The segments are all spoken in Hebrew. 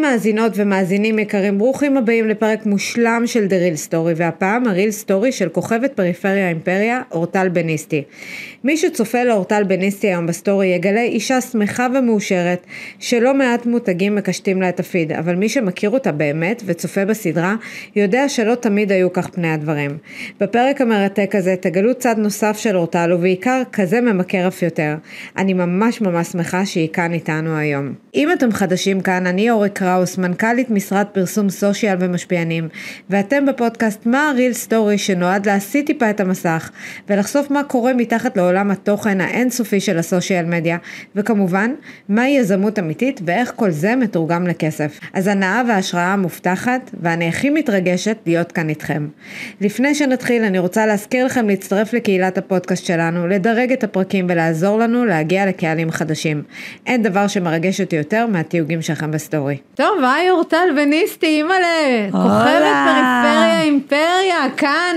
מאזינות ומאזינים יקרים, ברוכים הבאים לפרק מושלם של The Real Story, והפעם ה-Real Story של כוכבת פריפריה אימפריה, אורטל בניסטי. מי שצופה לאורטל בניסטי היום בסטורי יגלה אישה שמחה ומאושרת, שלא מעט מותגים מקשטים לה את הפיד, אבל מי שמכיר אותה באמת וצופה בסדרה, יודע שלא תמיד היו כך פני הדברים. בפרק המרתק הזה תגלו צד נוסף של אורטל, ובעיקר כזה ממכר אף יותר. אני ממש שמחה שהיא כאן איתנו היום. אם אתם חדשים כאן, אני אורי קראוס, מנכ"לית משרד פרסום סושיאל ומשפיענים, ואתם בפודקאסט מה ה-Real Story שנועד להסיט טיפה את המסך, ולחשוף מה קורה מתחת לעולם התוכן האינסופי של הסושיאל מדיה, וכמובן, מהי יזמות אמיתית ואיך כל זה מתורגם לכסף. אז הנאה וההשראה מובטחת, ואני הכי מתרגשת להיות כאן איתכם. לפני שנתחיל, אני רוצה להזכיר לכם להצטרף לקהילת הפודקאסט שלנו, לדרג את הפרקים ולעזור לנו להגיע לקהלים חדשים. אין דבר שמרגש אותי יותר מהתיוגים שלכם בסטורי. טוב, היי אורטל בניסטי, אימא'לה, כוכבת פריפריה אימפריה, כאן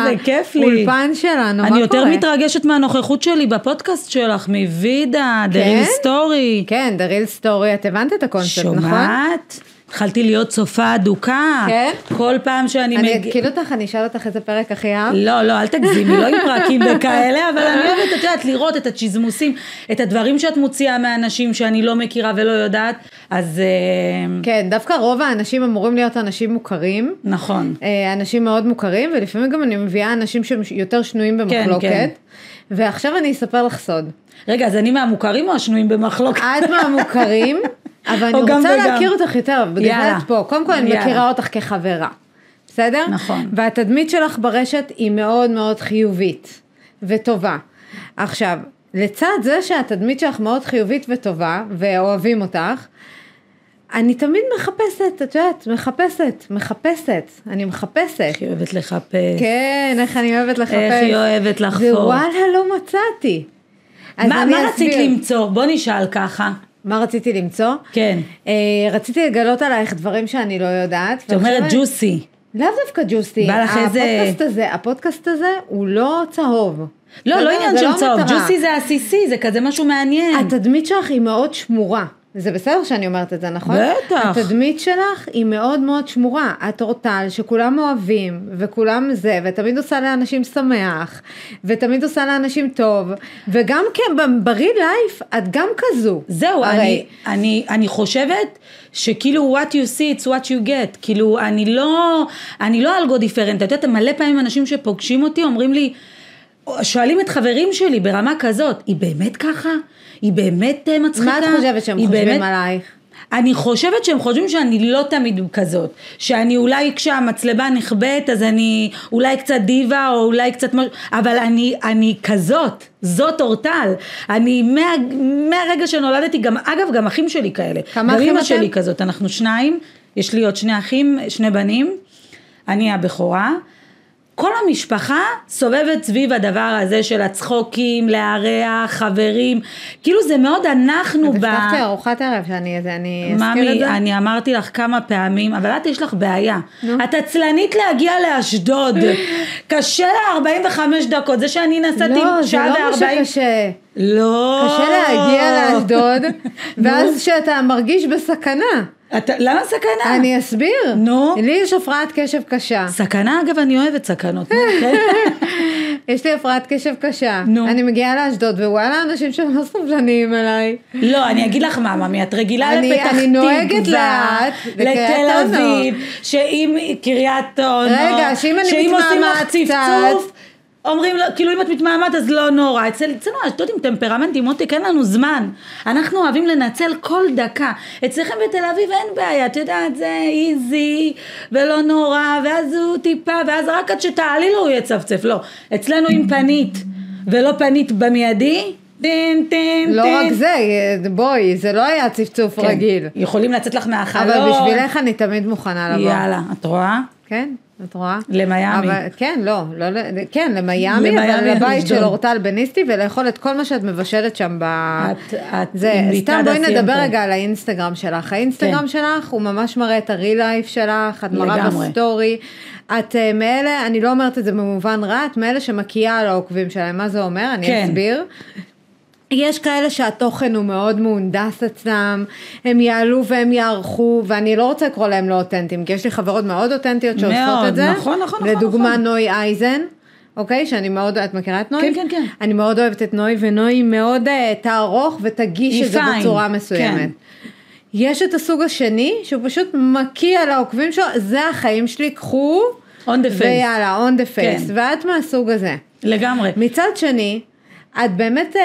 באולפן שלנו. אני יותר מתרגשת מהנוכחות שלי בפודקאסט שלך, מוידה, The Real Story. כן, The Real Story, את הבנת את הקונספט, נכון? שומעת? התחלתי להיות צופה אדוקה. כן? כל פעם שאני אני אתקיל אותך, אני אשאל אותך איזה פרק הכי אהב. לא, אל תגזימי, לא עם פרקים וכאלה, אבל אני אוהבת, את יודעת, לראות את הצ'יזמוסים, את הדברים שאת מוציאה מאנשים שאני לא מכירה ולא יודעת, אז... כן, דווקא רוב האנשים אמורים להיות אנשים מוכרים. נכון. אנשים מאוד מוכרים, ולפעמים גם אני מביאה אנשים שהם יותר שנויים במחלוקת. כן. ועכשיו אני אספר לך סוד. רגע, אז אני מהמוכרים או השנויים במחלוקת? את מהמוכרים, אבל אני רוצה להכיר אותך יותר, בגלל את פה. קודם כל אני מכירה אותך כחברה, בסדר? נכון. והתדמית שלך ברשת היא מאוד מאוד חיובית וטובה. עכשיו, לצד זה שהתדמית שלך מאוד חיובית וטובה, ואוהבים אותך, אני תמיד מחפשת, את יודעת, אני מחפשת. איך היא אוהבת לחפש. כן, איך אני אוהבת לחפש. איך היא אוהבת לחפור. ווואלה, לא מצאתי. מה רצית למצוא? בוא נשאל ככה. מה רציתי למצוא? כן. רציתי לגלות עלייך דברים שאני לא יודעת. זאת אומרת ג'וסי. לאו דווקא ג'וסי. בא לך איזה... הפודקאסט הזה הוא לא צהוב. לא עניין של צהוב. ג'וסי זה עסיסי, זה כזה משהו מעניין. התדמית שלך היא מאוד שמורה. זה בסדר שאני אומרת את זה, נכון? בטח. התדמית שלך היא מאוד מאוד שמורה. את אורטל שכולם אוהבים, וכולם זה, ותמיד עושה לאנשים שמח, ותמיד עושה לאנשים טוב, וגם כן, ברי לייף, את גם כזו. זהו, אני חושבת שכאילו what you see, it's what you get. כאילו, אני לא אלגו דיפרנט. את יודעת, מלא פעמים אנשים שפוגשים אותי, אומרים לי, שואלים את חברים שלי ברמה כזאת, היא באמת ככה? היא באמת מצחיקה? מה את חושבת שהם חושבים עלייך? אני חושבת שהם חושבים שאני לא תמיד כזאת, שאני אולי כשהמצלבה נכבדת, אז אני אולי קצת דיבה, או אולי קצת משהו, אבל אני כזאת, זאת אורטל. אני מהרגע שנולדתי, גם אחים שלי כאלה. כמה אחים אתם? שלי כזאת, אנחנו שניים, יש לי עוד שני אחים, שני בנים, אני הבכורה, כל המשפחה סובבת סביב הדבר הזה של הצחוקים, להריח, חברים, כאילו זה מאוד אנחנו את הבטחתי ארוחת ערב שאני אזכיר את זה? אני אמרתי לך כמה פעמים, אבל את יש לך בעיה. את עצלנית להגיע לאשדוד, קשה לה 45 דקות, זה שאני נסעתי שעה ו40. לא, זה לא שקשה. לא. קשה להגיע לאשדוד, ואז שאתה מרגיש בסכנה. למה סכנה? אני אסביר. נו. לי יש הפרעת קשב קשה. סכנה, אגב, אני אוהבת סכנות. יש לי הפרעת קשב קשה. נו. אני מגיעה לאשדוד, ווואלה, אנשים שלא סובלניים אליי. לא, אני אגיד לך מה, את רגילה לפתח אני נוהגת לאט, לתל אביב, שאם קריית אונו, רגע, שאם אני מתמהמת קצת, אומרים, כאילו אם את מתמהמת אז לא נורא, אצלנו אשדוד עם טמפרמנט, עם מותק, אין לנו זמן, אנחנו אוהבים לנצל כל דקה, אצלכם בתל אביב אין בעיה, את יודעת, זה איזי ולא נורא, ואז הוא טיפה, ואז רק עד שתעלי לו הוא יצפצף, לא, אצלנו עם פנית, ולא פנית במיידי, לא רק זה, בואי, זה לא היה צפצוף רגיל. יכולים לצאת לך מהחלום. אבל בשבילך אני תמיד מוכנה לבוא. יאללה, את רואה? כן. את רואה? למיימי. כן, כן, למיימי, אבל לבית של אורטל בניסטי, ולאכול את כל מה שאת מבשלת שם סתם בואי נדבר רגע על האינסטגרם שלך. האינסטגרם שלך הוא ממש מראה את הריל לייף שלך, את מראה בסטורי. את מאלה, אני לא אומרת את זה במובן רע, את מאלה שמקיעה על העוקבים שלהם. מה זה אומר? אני אסביר. יש כאלה שהתוכן הוא מאוד מהונדס אצלם, הם יעלו והם יערכו, ואני לא רוצה לקרוא להם לא אותנטיים, כי יש לי חברות מאוד אותנטיות שעושות את זה. נכון. לדוגמה נוי אייזן, אוקיי, שאני מאוד, את מכירה את נוי? כן. אני מאוד אוהבת את נוי, ונוי מאוד תערוך ותגיש את זה בצורה מסוימת. כן. יש את הסוג השני, שהוא פשוט מקיע לעוקבים שלו, זה החיים שלי, קחו, ויאללה, on the face, כן. ואת מהסוג הזה. לגמרי. מצד שני, את באמת,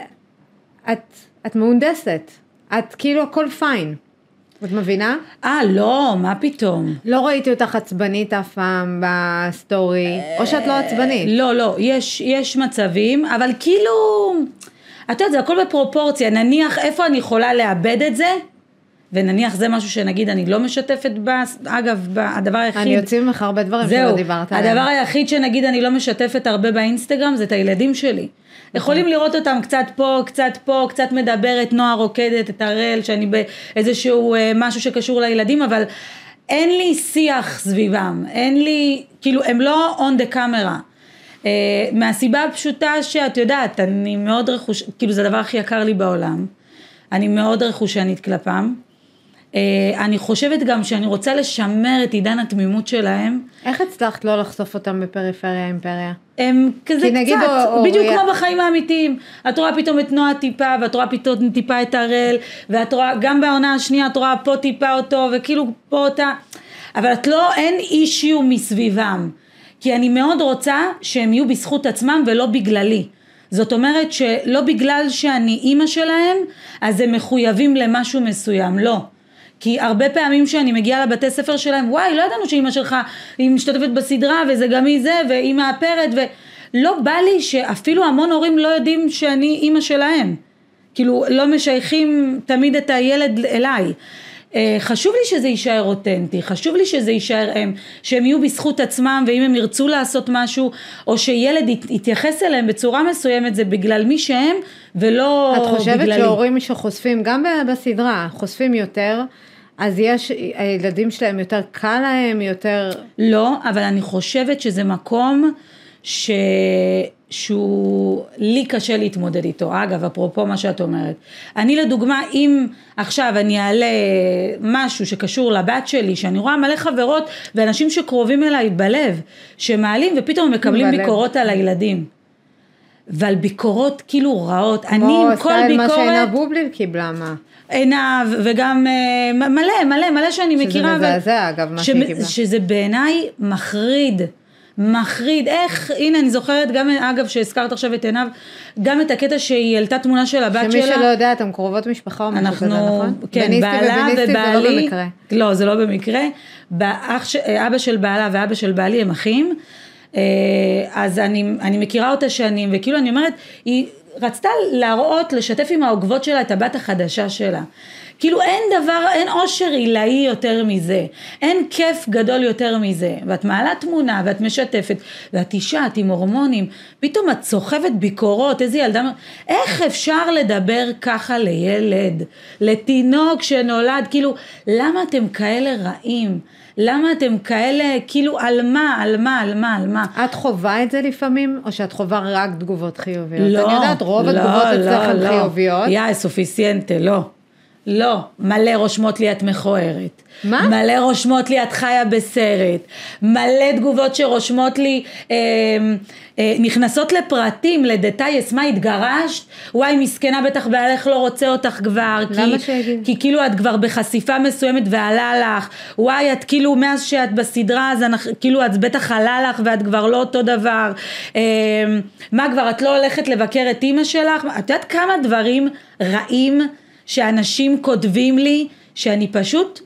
את מהונדסת, את כאילו הכל פיין, את מבינה? לא, מה פתאום? לא ראיתי אותך עצבנית אף פעם בסטורי, או שאת לא עצבנית. לא, יש מצבים, אבל כאילו, את יודעת, זה הכל בפרופורציה, נניח איפה אני יכולה לאבד את זה, ונניח זה משהו שנגיד אני לא משתפת אגב, הדבר היחיד... אני יוצאים ממך הרבה דברים שלא דיברת עליהם. הדבר היחיד שנגיד אני לא משתפת הרבה באינסטגרם, זה את הילדים שלי. יכולים לראות אותם קצת פה, קצת מדברת, נועה רוקדת, את הראל, שאני באיזשהו משהו שקשור לילדים, אבל אין לי שיח סביבם, אין לי, כאילו הם לא on the camera. מהסיבה הפשוטה שאת יודעת, אני מאוד כאילו זה הדבר הכי יקר לי בעולם, אני מאוד רכושנית כלפם, אני חושבת גם שאני רוצה לשמר את עידן התמימות שלהם. איך הצלחת לא לחשוף אותם בפריפריה אימפריה? הם כזה קצת, בדיוק כמו בחיים האמיתיים. את רואה פתאום את נועה טיפה, ואת רואה פתאום טיפה את הראל, ואת רואה, גם בעונה השנייה את רואה פה טיפה אותו, וכאילו פה אותה, אבל את לא, אין אישיו מסביבם. כי אני מאוד רוצה שהם יהיו בזכות עצמם ולא בגללי. זאת אומרת שלא בגלל שאני אימא שלהם, אז הם מחויבים למשהו מסוים, לא. כי הרבה פעמים שאני מגיעה לבתי ספר שלהם, וואי, לא ידענו שאימא שלך היא משתתפת בסדרה, וזה גם היא זה, והיא מאפרת, ולא בא לי שאפילו המון הורים לא יודעים שאני אימא שלהם. כאילו, לא משייכים תמיד את הילד אליי. חשוב לי שזה יישאר אותנטי, חשוב לי שזה יישאר שהם יהיו בזכות עצמם, ואם הם ירצו לעשות משהו, או שילד יתייחס אליהם בצורה מסוימת, זה בגלל מי שהם, ולא בגללי. את חושבת שההורים שחושפים, גם בסדרה, חושפים יותר, אז יש, הילדים שלהם יותר קל להם, יותר... לא, אבל אני חושבת שזה מקום שהוא לי קשה להתמודד איתו. אגב, אפרופו מה שאת אומרת. אני לדוגמה, אם עכשיו אני אעלה משהו שקשור לבת שלי, שאני רואה מלא חברות ואנשים שקרובים אליי בלב, שמעלים ופתאום מקבלים ביקורות על הילדים. ועל ביקורות כאילו רעות. אני עם כל ביקורת... מה שעינב בובליל קיבלה, מה? עינב, וגם מלא שאני מכירה. שזה מזעזע, אגב, מה שהיא קיבלה. שזה בעיניי מחריד, איך, הנה אני זוכרת גם, אגב שהזכרת עכשיו את עינב, גם את הקטע שהיא העלתה תמונה של הבת שלה. שמי שלא יודע, אתם קרובות משפחה או משהו כזה, נכון? כן, בעלה ובעלי, לא, זה לא במקרה, אבא של בעלה ואבא של בעלי הם אחים, אז אני מכירה אותה שנים, וכאילו אני אומרת, היא רצתה להראות, לשתף עם העוקבות שלה את הבת החדשה שלה. כאילו אין אושר עילאי יותר מזה, אין כיף גדול יותר מזה, ואת מעלה תמונה ואת משתפת, ואת אישה, את עם הורמונים, פתאום את סוחבת ביקורות, איזה ילדה, איך אפשר לדבר ככה לילד, לתינוק שנולד, כאילו, למה אתם כאלה רעים? למה אתם כאלה, כאילו, על מה? את חובה את זה לפעמים, או שאת חובה רק תגובות חיוביות? אני יודעת, רוב התגובות אצלך הן חיוביות. סופיסיינטה, לא, מלא רושמות לי את מכוערת. מה? מלא רושמות לי את חיה בסרט. מלא תגובות שרושמות לי, נכנסות לפרטים, לדטייס, מה התגרשת? וואי, מסכנה, בטח בעלך לא רוצה אותך כבר. למה שיגיד? כי כאילו את כבר בחשיפה מסוימת ועלה לך. וואי, את כאילו מאז שאת בסדרה, אז כאילו את בטח עלה לך ואת כבר לא אותו דבר. מה כבר, את לא הולכת לבקר את אמא שלך? את יודעת כמה דברים רעים שאנשים כותבים לי, שאני פשוט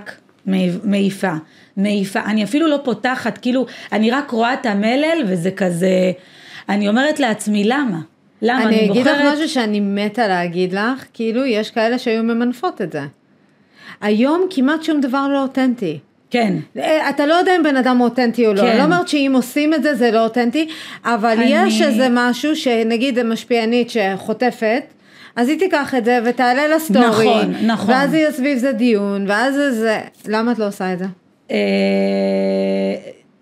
מעיפה, אני אפילו לא פותחת, כאילו, אני רק רואה את המלל, וזה כזה, אני אומרת לעצמי, למה? אני אגיד לך משהו שאני מתה להגיד לך, כאילו, יש כאלה שהיו ממנפות את זה. היום כמעט שום דבר לא אותנטי. כן. אתה לא יודע אם בן אדם אותנטי או לא, אני לא אומרת שאם עושים את זה, זה לא אותנטי, אבל יש איזה משהו, שנגיד משפיענית שחוטפת, אז היא תיקח את זה ותעלה לסטורי, נכון. ואז יהיה סביב זה דיון, ואז זה, למה את לא עושה את זה?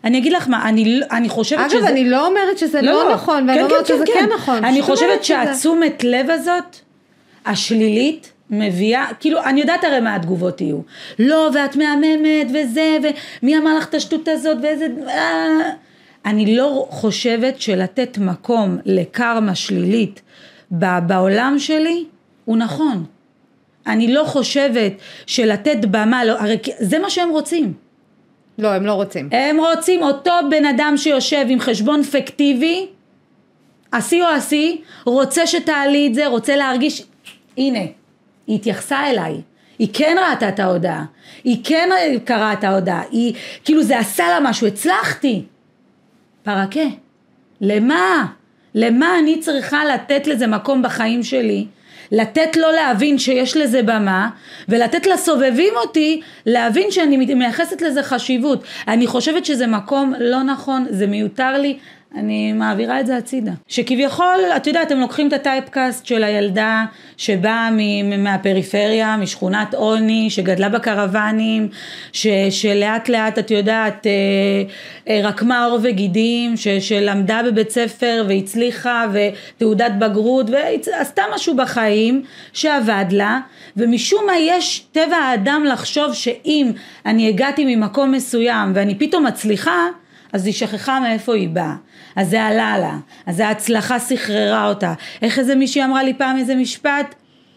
אני אגיד לך מה, אני חושבת שזה... אגב, אני לא אומרת שזה לא נכון, ואני אומרת שזה כן נכון. אני חושבת שהתשומת לב הזאת, השלילית, מביאה, כאילו, אני יודעת הרי מה התגובות יהיו. לא, ואת מהממת, וזה, ומי אמר לך את השטות הזאת, ואיזה... אני לא חושבת שלתת מקום לקרמה שלילית בעולם שלי, הוא נכון. אני לא חושבת שלתת במה, לא, הרי זה מה שהם רוצים. לא, הם לא רוצים. הם רוצים אותו בן אדם שיושב עם חשבון פיקטיבי, עשי או עשי, רוצה שתעלי את זה, רוצה להרגיש, הנה, היא התייחסה אליי, היא כן ראתה את ההודעה, היא כן קראה את ההודעה, היא, כאילו זה עשה לה משהו, הצלחתי. פרקה, למה? למה אני צריכה לתת לזה מקום בחיים שלי? לתת לו להבין שיש לזה במה, ולתת לסובבים אותי להבין שאני מייחסת לזה חשיבות. אני חושבת שזה מקום לא נכון, זה מיותר לי, אני מעבירה את זה הצידה. שכביכול, את יודעת, אתם לוקחים את הטייפקאסט של הילדה שבאה מהפריפריה, משכונת עוני, שגדלה בקרוונים, שלאט לאט, את יודעת, רקמה עור וגידים, שלמדה בבית ספר והצליחה ותעודת בגרות, ועשתה משהו בחיים שעבד לה, ומשום מה יש טבע האדם לחשוב שאם אני הגעתי ממקום מסוים ואני פתאום מצליחה, אז היא שכחה מאיפה היא באה, אז זה עלה לה, אז ההצלחה סחררה אותה. איך איזה מישהי אמרה לי פעם איזה משפט,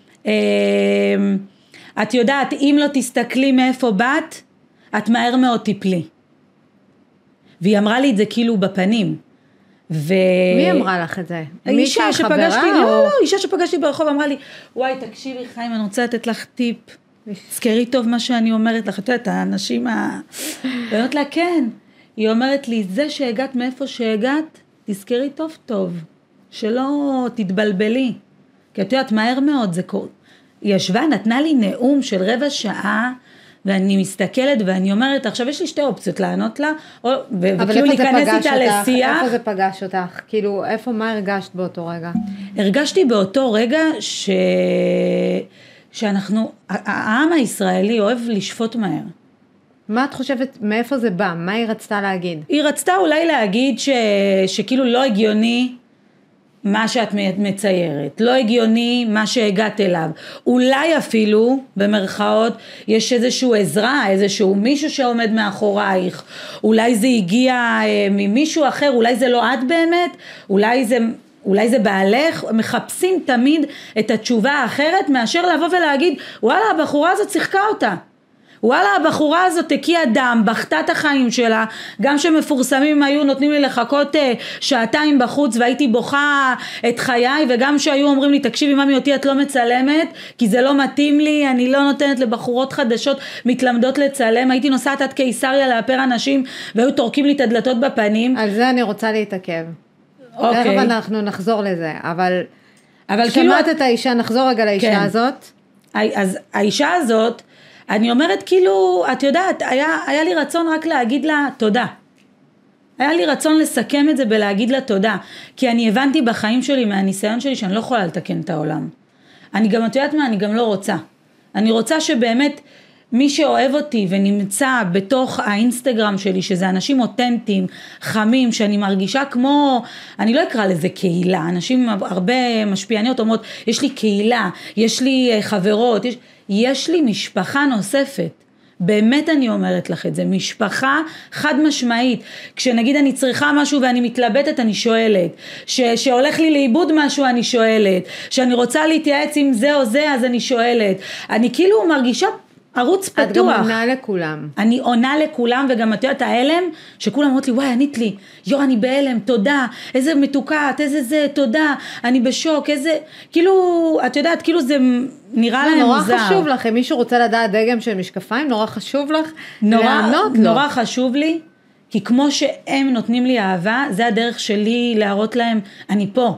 את יודעת, אם לא תסתכלי מאיפה באת, את מהר מאוד תיפלי. והיא אמרה לי את זה כאילו בפנים. מי אמרה לך את זה? אישה שפגשתי, לא, אישה שפגשתי ברחוב אמרה לי, וואי תקשיבי חיים, אני רוצה לתת לך טיפ, זכרי טוב מה שאני אומרת לך, את יודעת, האנשים ואני אומרת לה כן, היא אומרת לי, זה שהגעת מאיפה שהגעת, תזכרי טוב טוב, שלא תתבלבלי, כי את יודעת, מהר מאוד זה קורה. היא ישבה, נתנה לי נאום של 15 שעה, ואני מסתכלת ואני אומרת, עכשיו יש לי שתי אופציות לענות לה, וכאילו להיכנס איתה לשיח. איפה זה פגש אותך? כאילו, מה הרגשת באותו רגע? הרגשתי באותו רגע שאנחנו, העם הישראלי אוהב לשפוט מהר. מה את חושבת, מאיפה זה בא? מה היא רצתה להגיד? היא רצתה אולי להגיד שכאילו לא הגיוני מה שאת מציירת, לא הגיוני מה שהגעת אליו, אולי אפילו במרכאות יש איזשהו עזרה, איזשהו מישהו שעומד מאחורייך, אולי זה הגיע ממישהו אחר, אולי זה לא את באמת, אולי זה בעלך, מחפשים תמיד את התשובה האחרת מאשר לבוא ולהגיד, וואלה הבחורה הזאת שיחקה אותה, וואלה הבחורה הזאת הקיעה דם, בכתה את החיים שלה, גם שמפורסמים היו נותנים לי לחכות שעתיים בחוץ והייתי בוכה את חיי, וגם שהיו אומרים לי תקשיבי ממי אותי את לא מצלמת כי זה לא מתאים לי, אני לא נותנת לבחורות חדשות מתלמדות לצלם, הייתי נוסעת עד קיסריה לאפר אנשים והיו תורקים לי את הדלתות בפנים. על זה אני רוצה להתעכב. אוקיי. תכף אנחנו נחזור לזה, אבל כאילו שמעת את האישה, נחזור רגע לאישה כן. הזאת. אז האישה הזאת, אני אומרת כאילו, את יודעת, היה לי רצון רק להגיד לה תודה. היה לי רצון לסכם את זה בלהגיד לה תודה. כי אני הבנתי בחיים שלי, מהניסיון שלי, שאני לא יכולה לתקן את העולם. אני גם, את יודעת מה, אני גם לא רוצה. אני רוצה שבאמת מי שאוהב אותי ונמצא בתוך האינסטגרם שלי, שזה אנשים אותנטיים, חמים, שאני מרגישה כמו, אני לא אקרא לזה קהילה, אנשים הרבה משפיעניות אומרות, יש לי קהילה, יש לי חברות, יש לי משפחה נוספת. באמת אני אומרת לך את זה, משפחה חד משמעית. כשנגיד אני צריכה משהו ואני מתלבטת, אני שואלת. שהולך לי לאיבוד משהו, אני שואלת. שאני רוצה להתייעץ עם זה או זה, אז אני שואלת. אני כאילו מרגישה ערוץ פתוח. את גם עונה לכולם. אני עונה לכולם, וגם את יודעת ההלם, שכולם אומרות לי, וואי, ענית לי, יו, אני בהלם, תודה, איזה מתוקת, איזה זה, תודה, אני בשוק, איזה, כאילו, את יודעת, כאילו זה נראה להם מוזר. נורא חשוב לך, אם מישהו רוצה לדעת דגם של משקפיים, נורא חשוב לך לענות לו. נורא חשוב לי, כי כמו שהם נותנים לי אהבה, זה הדרך שלי להראות להם, אני פה.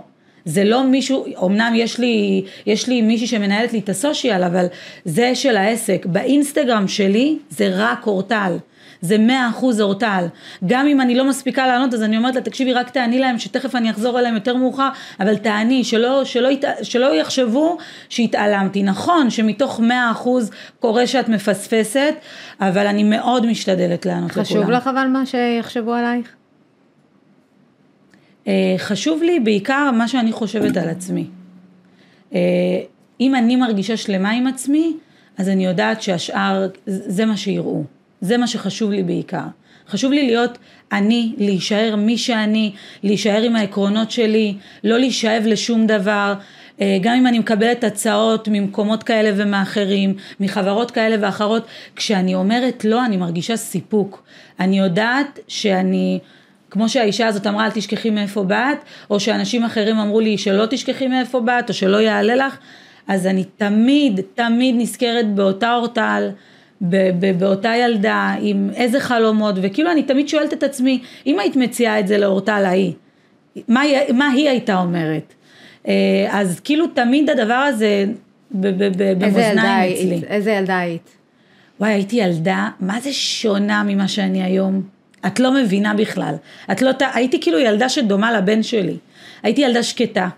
זה לא מישהו, אמנם יש לי מישהי שמנהלת לי את הסושיאל, אבל זה של העסק. באינסטגרם שלי זה רק אורטל. זה 100% אורטל. גם אם אני לא מספיקה לענות, אז אני אומרת לה, תקשיבי, רק תעני להם, שתכף אני אחזור אליהם יותר מאוחר, אבל תעני, שלא יחשבו שהתעלמתי. נכון שמתוך 100% קורה שאת מפספסת, אבל אני מאוד משתדלת לענות לכולם. חשוב לך אבל מה שיחשבו עלייך? חשוב לי בעיקר מה שאני חושבת על עצמי. אם אני מרגישה שלמה עם עצמי, אז אני יודעת שהשאר, זה מה שיראו. זה מה שחשוב לי בעיקר. חשוב לי להיות אני, להישאר מי שאני, להישאר עם העקרונות שלי, לא להישאב לשום דבר, גם אם אני מקבלת הצעות ממקומות כאלה ומאחרים, מחברות כאלה ואחרות, כשאני אומרת לא, אני מרגישה סיפוק. אני יודעת שאני, כמו שהאישה הזאת אמרה, אל תשכחי מאיפה באת, או שאנשים אחרים אמרו לי שלא תשכחי מאיפה באת, או שלא יעלה לך, אז אני תמיד נזכרת באותה אורטל, באותה ילדה, עם איזה חלומות, וכאילו אני תמיד שואלת את עצמי, אם היית מציעה את זה לאורטל ההיא, מה היא הייתה אומרת? אז כאילו תמיד הדבר הזה במאזניים אצלי. איזה ילדה היית? וואי, הייתי ילדה, מה זה שונה ממה שאני היום? את לא מבינה בכלל. הייתי כאילו ילדה שדומה לבן שלי. הייתי ילדה שקטה.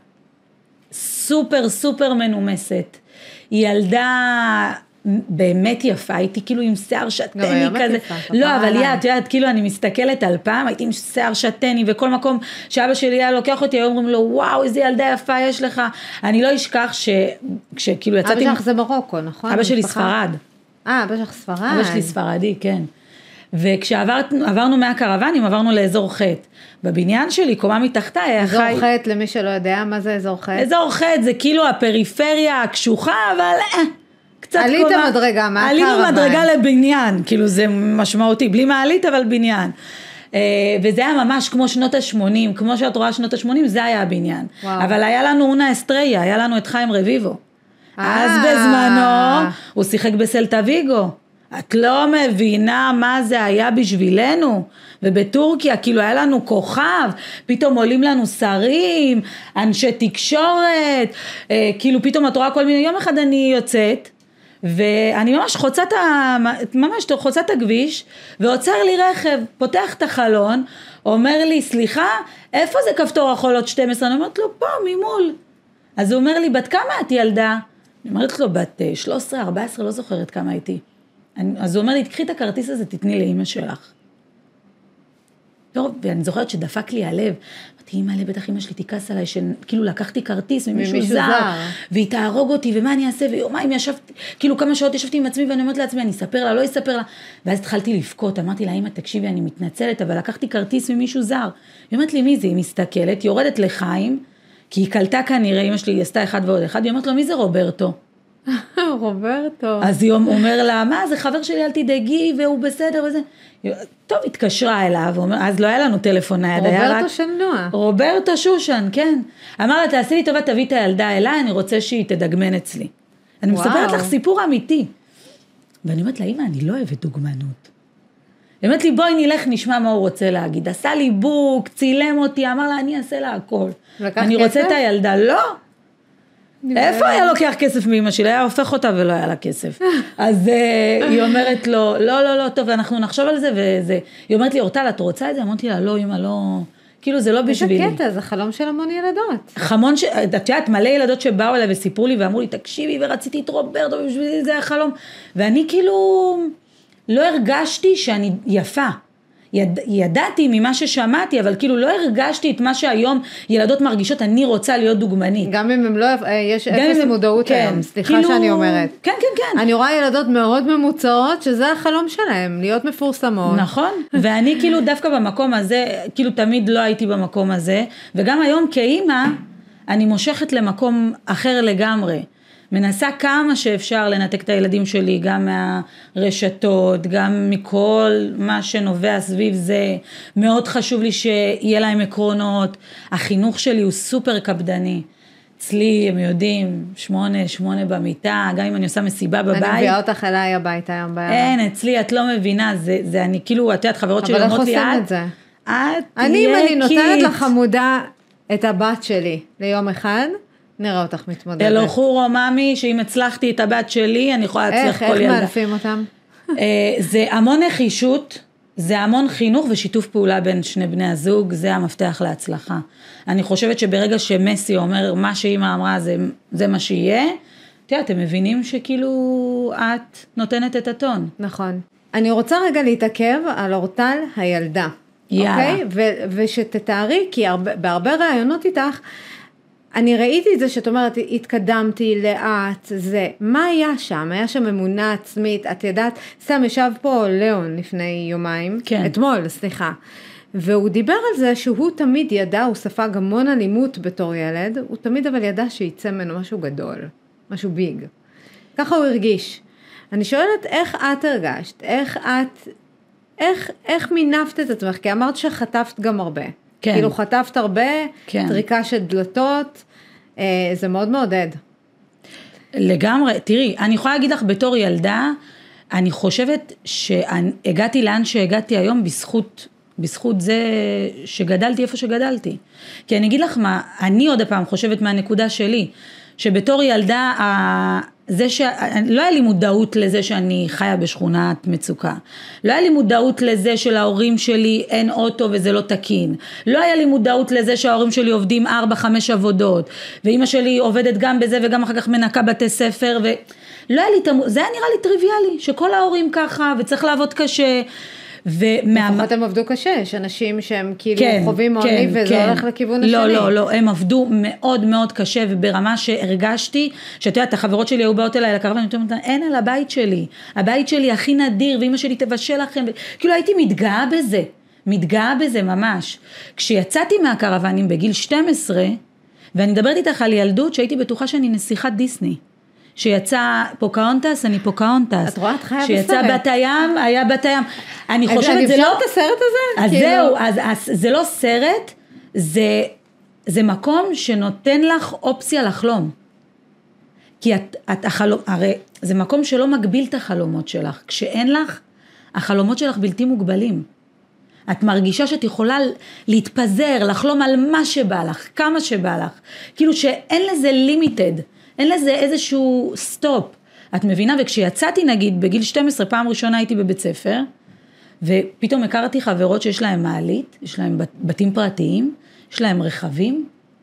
סופר מנומסת. ילדה באמת יפה, הייתי כאילו עם שיער שטני כזה. לא, אבל את יודעת, כאילו אני מסתכלת על פעם, הייתי עם שיער שטני, וכל מקום שאבא שלי היה לוקח אותי, היו אומרים לו, וואו, איזה ילדה יפה יש לך. אני לא אשכח שכאילו יצאתי... אבא שלך זה מרוקו, נכון? אבא שלי ספרד. אבא שלך ספרד. אבא שלי ספרדי, כן. וכשעברנו מהקרוונים, עברנו לאזור ח'. בבניין שלי, קומה מתחתה, היה חי... אזור ח', למי שלא יודע מה זה אזור ח'? אזור ח' זה כאילו הפריפריה הקשוחה, אבל קצת עלית מדרגה, מה עלינו מדרגה לבניין, כאילו זה משמעותי, בלי מעלית אבל בניין. וזה היה ממש כמו שנות ה-80, כמו שאת רואה שנות ה-80, זה היה הבניין. וואו. אבל היה לנו אונה אסטריה, היה לנו את חיים רביבו. אז בזמנו הוא שיחק בסלטה ויגו. את לא מבינה מה זה היה בשבילנו, ובטורקיה כאילו היה לנו כוכב, פתאום עולים לנו שרים, אנשי תקשורת, כאילו פתאום את רואה כל מיני, יום אחד אני יוצאת, ואני ממש חוצה את הכביש, ועוצר לי רכב, פותח את החלון, אומר לי, סליחה, איפה זה כפתור החולות 12? אני אומרת לו, פה, ממול. אז הוא אומר לי, בת כמה את ילדה? אני אומרת לו, בת 13, 14, לא זוכרת כמה הייתי. אז הוא אומר לי, תקחי את הכרטיס הזה, תתני לאמא שלך. ואני זוכרת שדפק לי הלב. אמרתי, אמא לב, בטח אמא שלי תיקס עליי, שכאילו לקחתי כרטיס ממישהו זר, והיא תהרוג אותי, ומה אני אעשה, ויומיים ישבתי, כאילו כמה שעות ישבתי עם עצמי, ואני אומרת לעצמי, אני אספר לה, לא אספר לה. ואז התחלתי לבכות, אמרתי לה, אמא, תקשיבי, אני מתנצלת, אבל לקחתי כרטיס ממישהו זר. היא אומרת לי, מי זה? היא מסתכלת, יורדת לחיים, כי היא קלטה כנראה, אמא שלי עשתה אחד ועוד אחד, והיא אומרת לו, מי זה רוברטו? רוברטו. אז היא אומר לה, מה, זה חבר שלי, אל תדאגי, והוא בסדר וזה. טוב, התקשרה אליו, אז לא היה לנו טלפון נייד. רוברטו שנוע. רוברטו שושן, כן. אמר לה, תעשי לי טובה, תביא את הילדה אליי, אני רוצה שהיא תדגמן אצלי. אני מספרת לך סיפור אמיתי. ואני אומרת לה, אמא, אני לא אוהבת דוגמנות. היא אומרת לי, בואי נלך, נשמע מה הוא רוצה להגיד. עשה לי בוק, צילם אותי, אמר לה, אני אעשה לה הכל. אני רוצה את הילדה, לא. איפה היה לוקח כסף מאמא שלי? היה הופך אותה ולא היה לה כסף. אז היא אומרת לו, לא, טוב, אנחנו נחשוב על זה וזה. היא אומרת לי, אורטל, את רוצה את זה? אמרתי לה, לא, אמא, לא, כאילו זה לא בשבילי. איזה קטע, זה חלום של המון ילדות. את יודעת, מלא ילדות שבאו אליי וסיפרו לי ואמרו לי, תקשיבי, ורציתי את רוברטו, ובשבילי זה החלום. ואני כאילו לא הרגשתי שאני יפה. ידעתי ממה ששמעתי, אבל כאילו לא הרגשתי את מה שהיום ילדות מרגישות, אני רוצה להיות דוגמנית. גם אם הם לא, יש אפס מודעות היום, סליחה שאני אומרת. כן. אני רואה ילדות מאוד ממוצעות, שזה החלום שלהם, להיות מפורסמות. נכון, ואני כאילו דווקא במקום הזה, כאילו תמיד לא הייתי במקום הזה, וגם היום כאימא, אני מושכת למקום אחר לגמרי. מנסה כמה שאפשר לנתק את הילדים שלי, גם מהרשתות, גם מכל מה שנובע סביב זה. מאוד חשוב לי שיהיה להם עקרונות. החינוך שלי הוא סופר קפדני. אצלי, הם יודעים, 8 במיטה, גם אם אני עושה מסיבה בבית. אני מביאה אותך אליי הביתה היום בעיה. אין, אצלי את לא מבינה, זה אני כאילו, את יודעת, חברות שלי אומרות לי, אבל איך עושים את זה? את אני, אם אני נותנת לך עמודה את הבת שלי ליום אחד, נראה אותך מתמודדת. אלו חורו ממי, שאם הצלחתי את הבת שלי, אני יכולה להצליח כל ילדה. איך מאלפים אותם? זה המון נחישות, זה המון חינוך ושיתוף פעולה בין שני בני הזוג, זה המפתח להצלחה. אני חושבת שברגע שמסי אומר מה שאמא אמרה, זה מה שיהיה, אתם מבינים שכאילו את נותנת את הטון. נכון. אני רוצה רגע להתעכב על אורטל הילדה. יאללה. אוקיי? ושתתארי, כי בהרבה רעיונות איתך, אני ראיתי את זה שאת אומרת, התקדמתי לאט, זה, מה היה שם? היה שם אמונה עצמית, את יודעת, סתם ישב פה ליאון לפני יומיים, כן. אתמול, סליחה, והוא דיבר על זה שהוא תמיד ידע, הוא ספג המון אלימות בתור ילד, הוא תמיד אבל ידע שיצא ממנו משהו גדול, משהו ביג. ככה הוא הרגיש. אני שואלת איך את הרגשת, איך מינפת את עצמך, כי אמרת שחטפת גם הרבה. כן. כאילו חטפת הרבה, כן. טריקה של דלתות, זה מאוד מעודד. לגמרי, תראי, אני יכולה להגיד לך בתור ילדה, אני חושבת שהגעתי לאן שהגעתי היום בזכות זה שגדלתי איפה שגדלתי. כי אני אגיד לך מה, אני עוד הפעם חושבת מהנקודה שלי, שבתור ילדה, לא היה לי מודעות לזה שאני חיה בשכונת מצוקה. לא היה לי מודעות לזה שלהורים שלי אין אוטו וזה לא תקין. לא היה לי מודעות לזה שההורים שלי עובדים 4-5 עבודות. ואמא שלי עובדת גם בזה וגם אחר כך מנקה בתי ספר. לא היה לי, זה היה נראה לי טריוויאלי, שכל ההורים ככה וצריך לעבוד קשה. לפחות הם עבדו קשה, יש אנשים שהם כאילו חווים עוני וזה הולך לכיוון השני. לא, הם עבדו מאוד מאוד קשה וברמה שהרגשתי, שאת יודעת, החברות שלי היו באות אליי לקרוון, ואני אומרת, אין על הבית שלי הכי נדיר, ואמא שלי תבשל לכם, כאילו הייתי מתגאה בזה ממש. כשיצאתי מהקרוונים בגיל 12, ואני מדברת איתך על ילדות שהייתי בטוחה שאני נסיכת דיסני. שיצא פוקהונטס, אני פוקהונטס. את רואה, את חיה בסרט. שיצא בת הים, היה בת הים. אני חושבת זה לא... את הסרט הזה? אז זהו, אז זה לא סרט, זה מקום שנותן לך אופציה לחלום. כי הרי זה מקום שלא מגביל את החלומות שלך. כשאין לך, החלומות שלך בלתי מוגבלים. את מרגישה שאת יכולה להתפזר, לחלום על מה שבא לך, כמה שבא לך. כאילו שאין לזה לימיטד. אין לזה איזשהו סטופ. את מבינה? וכשיצאתי נגיד בגיל 12, פעם ראשונה הייתי בבית ספר, ופתאום הכרתי חברות שיש להם מעלית, יש להם בתים פרטיים, יש להם רכבים,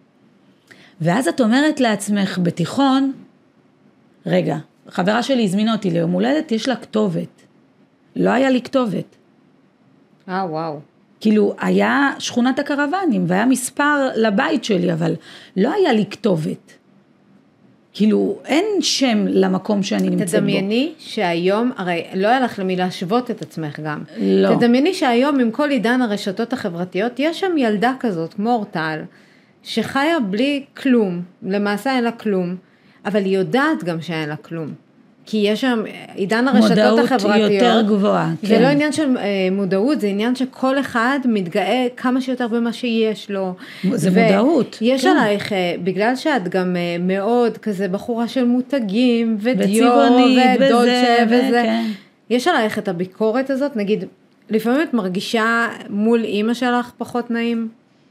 ואז את אומרת לעצמך בתיכון, רגע, חברה שלי הזמינה אותי ליום הולדת, יש לה כתובת. לא היה לי כתובת. וואו. כאילו היה שכונת הקרוונים, והיה מספר לבית שלי, אבל לא היה לי כתובת. כאילו, אין שם למקום שאני נמצאת בו. תדמייני שהיום, הרי לא היה לך למי להשוות את עצמך גם. לא. תדמייני שהיום, עם כל עידן הרשתות החברתיות, יש שם ילדה כזאת, כמו אורטל, שחיה בלי כלום, למעשה אין לה כלום, אבל היא יודעת גם שאין לה כלום. כי יש שם עידן הרשתות החברתיות. מודעות יותר גבוהה. זה לא עניין של מודעות, זה עניין שכל אחד מתגאה כמה שיותר במה שיש לו. זה מודעות. יש עלייך, בגלל שאת גם מאוד כזה בחורה של מותגים, ודיור, ודולצ'ה וזה. יש עלייך את הביקורת הזאת, נגיד, לפעמים את מרגישה מול אמא שלך פחות נעים?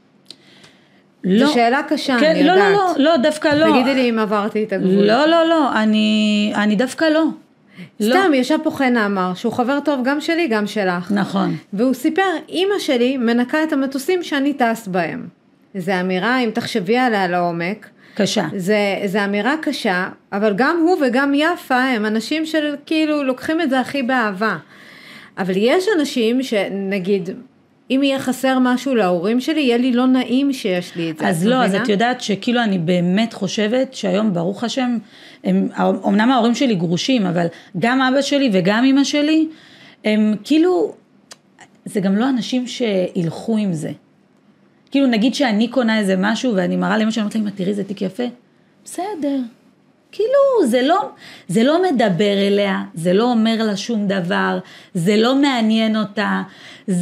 לא. זו שאלה קשה, כן, אני יודעת. לא, דווקא לא. תגידי לי אם עברתי את הגבול. לא, אני דווקא לא. סתם, ישב פה חן אמר, שהוא חבר טוב גם שלי, גם שלך. נכון. והוא סיפר, אמא שלי מנקה את המטוסים שאני טס בהם. זו אמירה, אם תחשבי עליה לעומק. קשה. זו אמירה קשה, אבל גם הוא וגם יפה, הם אנשים שכאילו לוקחים את זה הכי באהבה. אבל יש אנשים שנגיד... אם יהיה חסר משהו להורים שלי, יהיה לי לא נעים שיש לי את זה. אז לא, אז את יודעת שכאילו אני באמת חושבת שהיום ברוך השם, אמנם ההורים שלי גרושים, אבל גם אבא שלי וגם אמא שלי, הם כאילו, זה גם לא אנשים שילכו עם זה. כאילו נגיד שאני קונה איזה משהו, ואני מראה לאמא שאני אומרת לה, תראי זה תיק יפה, בסדר. כאילו זה לא מדבר אליה, זה לא אומר לה שום דבר, זה לא מעניין אותה, זה...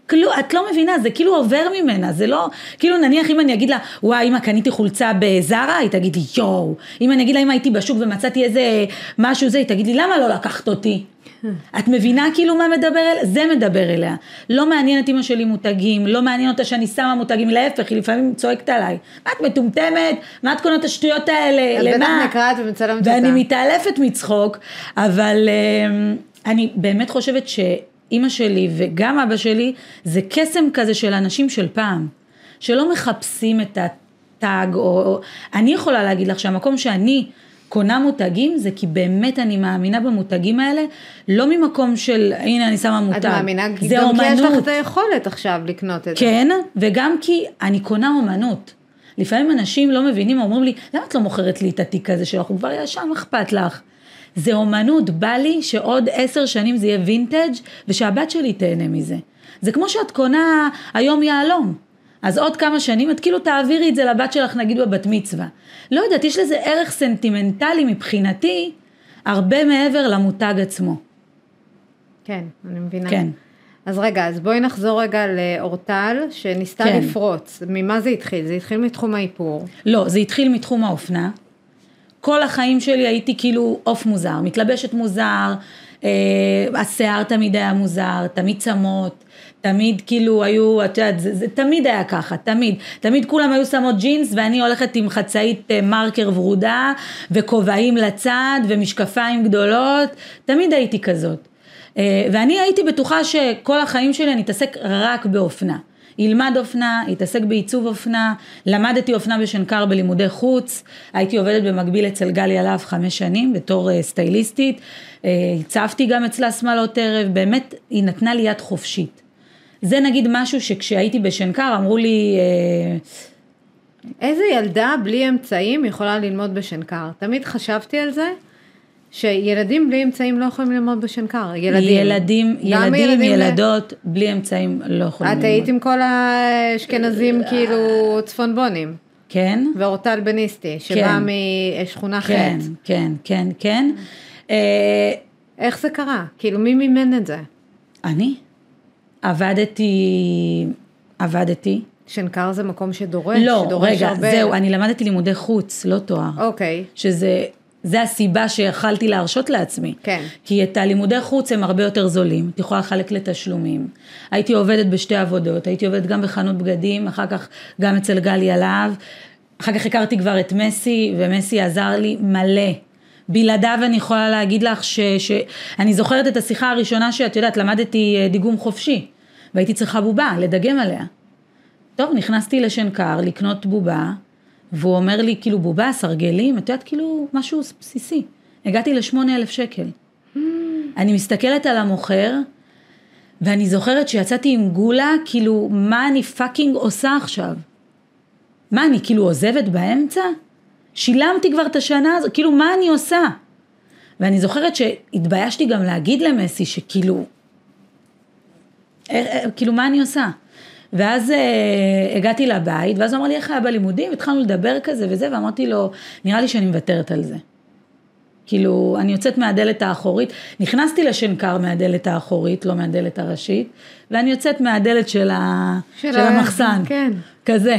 את לא מבינה, זה כאילו עובר ממנה, זה לא, כאילו נניח אם אני אגיד לה, וואי, אמא, קניתי חולצה בזרה, היא תגיד לי, יואו, אם אני אגיד לה, אמא, הייתי בשוק ומצאתי איזה משהו זה, היא תגיד לי, למה לא לקחת אותי? את מבינה כאילו מה מדבר אליה? זה מדבר אליה. לא מעניין את אמא שלי מותגים, לא מעניין אותה שאני שמה מותגים, להפך, היא לפעמים צועקת עליי. מה את מטומטמת? מה את קונות השטויות האלה? למה? בטח נקראת ומצלמת אותה. ואני מתעלפת מצחוק, אבל אני באמת חושבת שאמא שלי וגם אבא שלי, זה קסם כזה של אנשים של פעם, שלא מחפשים את התג, או אני יכולה להגיד לך שהמקום שאני קונה מותגים, זה כי באמת אני מאמינה במותגים האלה, לא ממקום של, הנה אני שמה מותג. את מאמינה, גם כי יש לך את היכולת עכשיו לקנות את זה. כן, וגם כי אני קונה אומנות. לפעמים אנשים לא מבינים, אומרים לי, למה את לא מוכרת לי את התיק הזה שלך? הוא כבר ישר אכפת לך. זה אומנות, בא לי שעוד 10 שנים זה יהיה וינטג' ושהבת שלי תהנה מזה. זה כמו שאת קונה היום יעלום. אז עוד כמה שנים, את כאילו תעבירי את זה לבת שלך, נגיד בבת מצווה. לא יודעת, יש לזה ערך סנטימנטלי מבחינתי, הרבה מעבר למותג עצמו. כן, אני מבינה. כן. אז רגע, אז בואי נחזור רגע לאורטל, שניסתה לפרוץ. ממה זה התחיל? זה התחיל מתחום האיפור. לא, זה התחיל מתחום האופנה. כל החיים שלי הייתי כאילו אוף מוזר, מתלבשת מוזר, השיער תמיד היה מוזר, תמיד צמות, תמיד כאילו היו, את יודעת, זה תמיד היה ככה, תמיד כולם היו שמות ג'ינס, ואני הולכת עם חצאית מרקר ורודה, וכובעים לצד, ומשקפיים גדולות, תמיד הייתי כזאת. ואני הייתי בטוחה שכל החיים שלי אני אתעסק רק באופנה. ילמד אופנה, התעסק בעיצוב אופנה, למדתי אופנה בשנקר בלימודי חוץ, הייתי עובדת במקביל אצל גלי אלהב 5 שנים בתור סטייליסטית, הצבתי גם אצלה שמאלות ערב, באמת היא נתנה לי יד חופשית. זה נגיד משהו שכשהייתי בשנקר אמרו לי... איזה ילדה בלי אמצעים יכולה ללמוד בשנקר? תמיד חשבתי על זה, שילדים בלי אמצעים לא יכולים ללמוד בשנקר. ילדים, ילדות בלי אמצעים לא יכולים ללמוד. את היית עם כל האשכנזים כאילו צפונבונים. כן. ואורטל בניסטי, שבא משכונה ח'. כן. איך זה קרה? כאילו מי מימן את זה? אני. עבדתי. שנקר זה מקום שדורש? לא, רגע, זהו, אני למדתי לימודי חוץ, לא תואר. אוקיי. זה הסיבה שיכלתי להרשות לעצמי. כן. כי את הלימודי חוץ הם הרבה יותר זולים, את יכולה לחלק לתשלומים. הייתי עובדת בשתי עבודות, הייתי עובדת גם בחנות בגדים, אחר כך גם אצל גלי אלהב, אחר כך הכרתי כבר את מסי, ומסי עזר לי מלא. בלעדיו אני יכולה להגיד לך שאני זוכרת את השיחה הראשונה שאת יודעת, למדתי דיגום חופשי, והייתי צריכה בובה, לדגם עליה. טוב, נכנסתי לשנקר לקנות בובה, והוא אומר לי, כאילו בובה, סרגלים, את יודעת, כאילו משהו בסיסי. הגעתי ל8,000 שקל. אני מסתכלת על המוכר, ואני זוכרת שיצאתי עם גולה, כאילו, מה אני פאקינג עושה עכשיו? מה, אני כאילו עוזבת באמצע? שילמתי כבר את השנה הזו, כאילו, מה אני עושה? ואני זוכרת שהתביישתי גם להגיד למסי, שכאילו, כאילו, מה אני עושה? ואז הגעתי לבית, ואז הוא אמר לי, איך היה בלימודים? התחלנו לדבר כזה וזה, ואמרתי לו, נראה לי שאני מוותרת על זה. כאילו, אני יוצאת מהדלת האחורית, נכנסתי לשנקר מהדלת האחורית, לא מהדלת הראשית, ואני יוצאת מהדלת של המחסן, כן. כזה.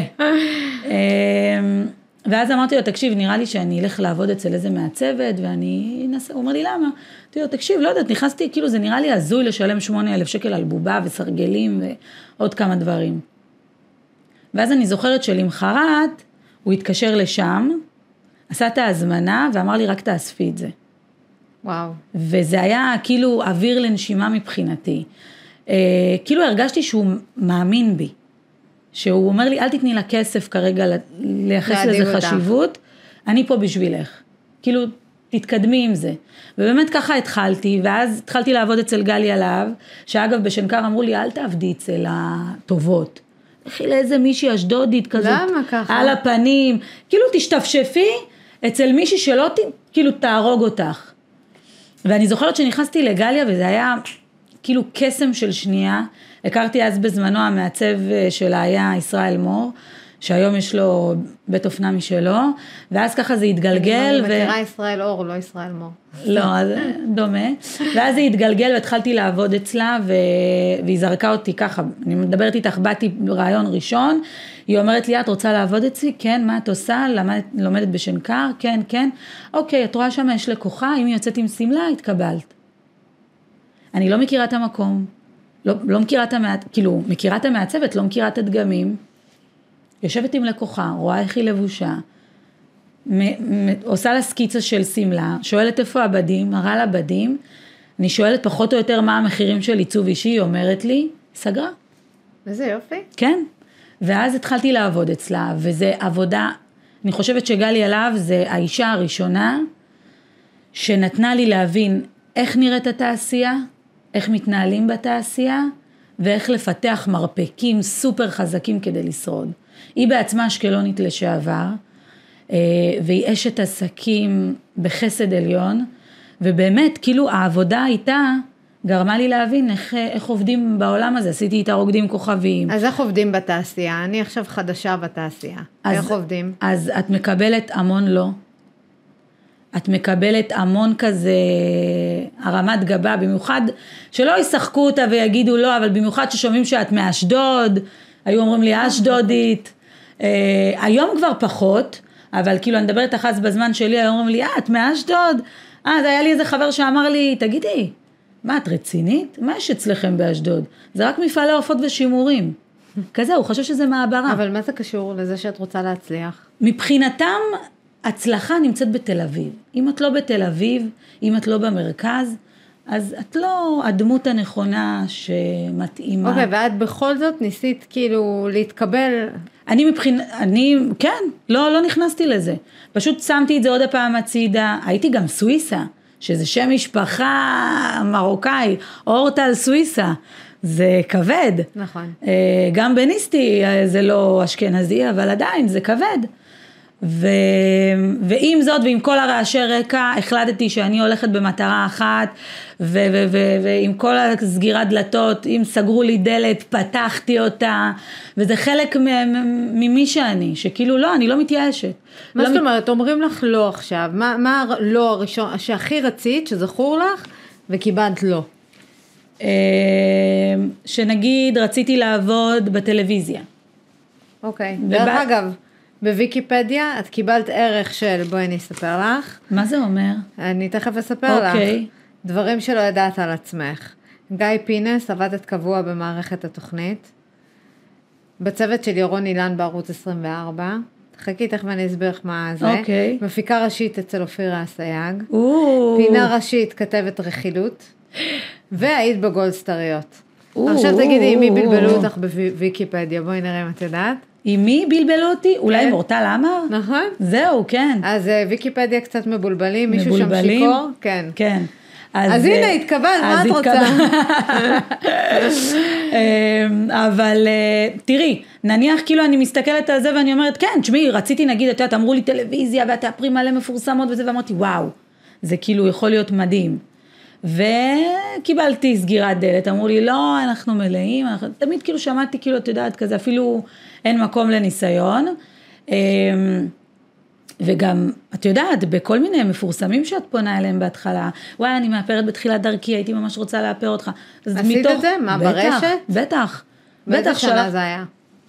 ואז אמרתי לו, תקשיב, נראה לי שאני אלך לעבוד אצל איזה מהצוות, ואני אנסה, הוא אומר לי, למה? אמרתי לו, תקשיב, לא יודעת, נכנסתי, כאילו זה נראה לי הזוי לשלם 8,000 שקל על בובה וסרגלים ועוד כמה דברים. ואז אני זוכרת שלמחרת, הוא התקשר לשם, עשה את ההזמנה ואמר לי, רק תאספי את זה. וואו. וזה היה כאילו אוויר לנשימה מבחינתי. כאילו הרגשתי שהוא מאמין בי. שהוא אומר לי, אל תתני לה כסף כרגע לייחס לזה חשיבות, אני פה בשבילך. כאילו, תתקדמי עם זה. ובאמת ככה התחלתי, ואז התחלתי לעבוד אצל גלי אלהב, שאגב בשנקר אמרו לי, אל תעבדי אצל הטובות. לכי לאיזה מישהי אשדודית כזאת. למה ככה? על הפנים. כאילו תשתפשפי אצל מישהי שלא כאילו תהרוג אותך. ואני זוכרת שנכנסתי לגליה, וזה היה כאילו קסם של שנייה, הכרתי אז בזמנו המעצב שלה היה ישראל מור, שהיום יש לו בית אופנה משלו, ואז ככה זה התגלגל. אני מכירה ישראל אור, לא ישראל מור. לא, אז דומה. ואז זה התגלגל והתחלתי לעבוד אצלה, והיא זרקה אותי ככה, אני מדברת איתך, באתי רעיון ראשון, היא אומרת לי, את רוצה לעבוד אצלי? כן, מה את עושה? לומדת בשנקר? כן, כן. אוקיי, את רואה שם יש לקוחה, אם היא יוצאת עם סמלה, התקבלת. אני לא מכירה את המקום, לא מכירה את כאילו, מכירה את המעצבת, לא מכירה את הדגמים, יושבת עם לקוחה, רואה איך היא לבושה, עושה לה סקיצה של סמלה, שואלת איפה הבדים, מראה לה בדים, אני שואלת פחות או יותר מה המחירים של עיצוב אישי, היא אומרת לי, סגרה. איזה יופי. כן, ואז התחלתי לעבוד אצלה, וזה עבודה, אני חושבת שגלי עליו זה האישה הראשונה, שנתנה לי להבין איך נראית התעשייה, איך מתנהלים בתעשייה, ואיך לפתח מרפקים סופר חזקים כדי לשרוד. היא בעצמה אשקלונית לשעבר, והיא אשת עסקים בחסד עליון, ובאמת, כאילו העבודה איתה גרמה לי להבין איך עובדים בעולם הזה, עשיתי איתה רוקדים כוכביים. אז איך עובדים בתעשייה? אני עכשיו חדשה בתעשייה. איך עובדים? אז את מקבלת המון לא. את מקבלת המון כזה הרמת גבה, במיוחד שלא ישחקו אותה ויגידו לא, אבל במיוחד ששומעים שאת מאשדוד, היו אומרים לי אשדודית, היום כבר פחות, אבל כאילו אני מדברת אחת בזמן שלי, היו אומרים לי, את מאשדוד, אז היה לי איזה חבר שאמר לי, תגידי, מה את רצינית? מה יש אצלכם באשדוד? זה רק מפעלי עופות ושימורים. כזה, הוא חושב שזה מעברה. אבל מה זה קשור לזה שאת רוצה להצליח? מבחינתם, הצלחה נמצאת בתל אביב. אם את לא בתל אביב, אם את לא במרכז, אז את לא הדמות הנכונה שמתאימה. אוקיי, ואת בכל זאת ניסית כאילו להתקבל? כן, לא נכנסתי לזה. פשוט שמתי את זה עוד הפעם הצידה. הייתי גם סוויסה, שזה שם משפחה מרוקאי, אורטל סוויסה. זה כבד. נכון. גם בניסטי זה לא אשכנזי, אבל עדיין זה כבד. ועם זאת ועם כל הרעשי רקע החלטתי שאני הולכת במטרה אחת ועם כל הסגירת דלתות, אם סגרו לי דלת פתחתי אותה, וזה חלק ממי שאני, שכאילו לא, אני לא מתייאשת. מה זאת אומרת, אומרים לך לא עכשיו, מה לא הראשון שהכי רצית שזכור לך וקיבלת לא? שנגיד רציתי לעבוד בטלוויזיה. אוקיי, דרך אגב בוויקיפדיה את קיבלת ערך של, בואי אני אספר לך. מה זה אומר? אני תכף אספר לך. דברים שלא ידעת על עצמך. גיא פינס, עבדת קבוע במערכת התוכנית. בצוות של ירון אילן בערוץ 24. חכי, תכף אני אסביר לך מה זה. מפיקה ראשית אצל אופירה אסייג. פינה ראשית, כתבת רכילות. והיית בגולדסטריות. עכשיו תגידי, מי בלבלו אותך בוויקיפדיה? בואי נראה אם את יודעת. עם מי בלבלו אותי? אולי עם אורטל עמר? נכון. זהו, כן. אז ויקיפדיה קצת מבולבלים, מישהו שם שיקור? כן. כן. אז הנה, התקבל, מה את רוצה? אבל תראי, נניח כאילו אני מסתכלת על זה ואני אומרת, כן, תשמעי, רציתי נגיד, את יודעת, אמרו לי טלוויזיה והתאפרים מלא מפורסמות וזה, ואמרתי, וואו, זה כאילו יכול להיות מדהים. וקיבלתי סגירת דלת, אמרו לי, לא, אנחנו מלאים, תמיד כאילו שמעתי, כאילו, את יודעת, כזה, אפילו אין מקום לניסיון, וגם, את יודעת, בכל מיני מפורסמים שאת פונה אליהם בהתחלה, וואי, אני מאפרת בתחילת דרכי, הייתי ממש רוצה לאפר אותך. עשית את זה? מה, ברשת? בטח. באיזה שנה זה היה?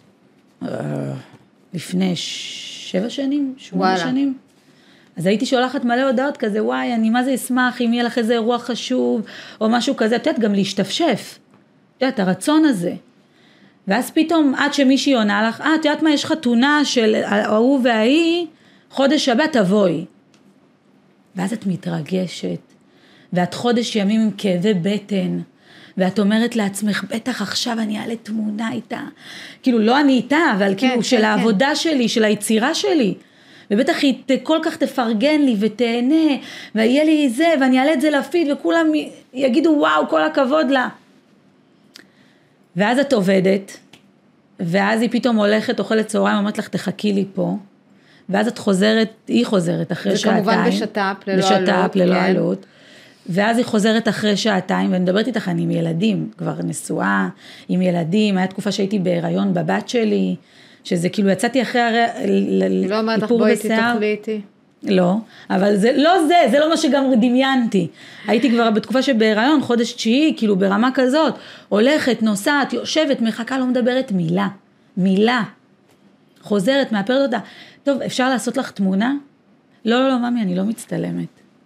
לפני 7 שנים, 8 שנים. אז הייתי שולחת מלא הודעות כזה, וואי, אני מה זה אשמח, אם יהיה לך איזה אירוע חשוב, או משהו כזה, את יודעת, גם להשתפשף. את יודעת, הרצון הזה. ואז פתאום, עד שמישהי עונה לך, את יודעת מה, יש חתונה של ההוא וההיא, חודש הבא תבואי. ואז את מתרגשת, ואת חודש ימים עם כאבי בטן, ואת אומרת לעצמך, בטח עכשיו אני אעלה תמונה איתה. כאילו, לא אני איתה, אבל כאילו, של העבודה שלי, של היצירה שלי. ובטח היא כל כך תפרגן לי ותהנה, ויהיה לי זה, ואני אעלה את זה לפיד, וכולם יגידו, וואו, כל הכבוד לה. ואז את עובדת, ואז היא פתאום הולכת, אוכלת צהריים, אומרת לך, תחכי לי פה, ואז את חוזרת, היא חוזרת אחרי שעתיים. וכמובן בשטאפ, ללא עלות. ואז היא חוזרת אחרי שעתיים, ואני מדברת איתך, אני עם ילדים, כבר נשואה, עם ילדים, היה תקופה שהייתי בהיריון בבת שלי, שזה כאילו יצאתי אחרי לא אומרת לך בואי תאכלי איתי. לא, אבל זה לא מה שגם דמיינתי. הייתי כבר בתקופה שבהיריון, חודש 9, כאילו ברמה כזאת, הולכת, נוסעת, יושבת, מחכה, לא מדברת מילה. חוזרת, מאפרת אותה. טוב, אפשר לעשות לך תמונה? לא, ממי, אני לא מצטלמת.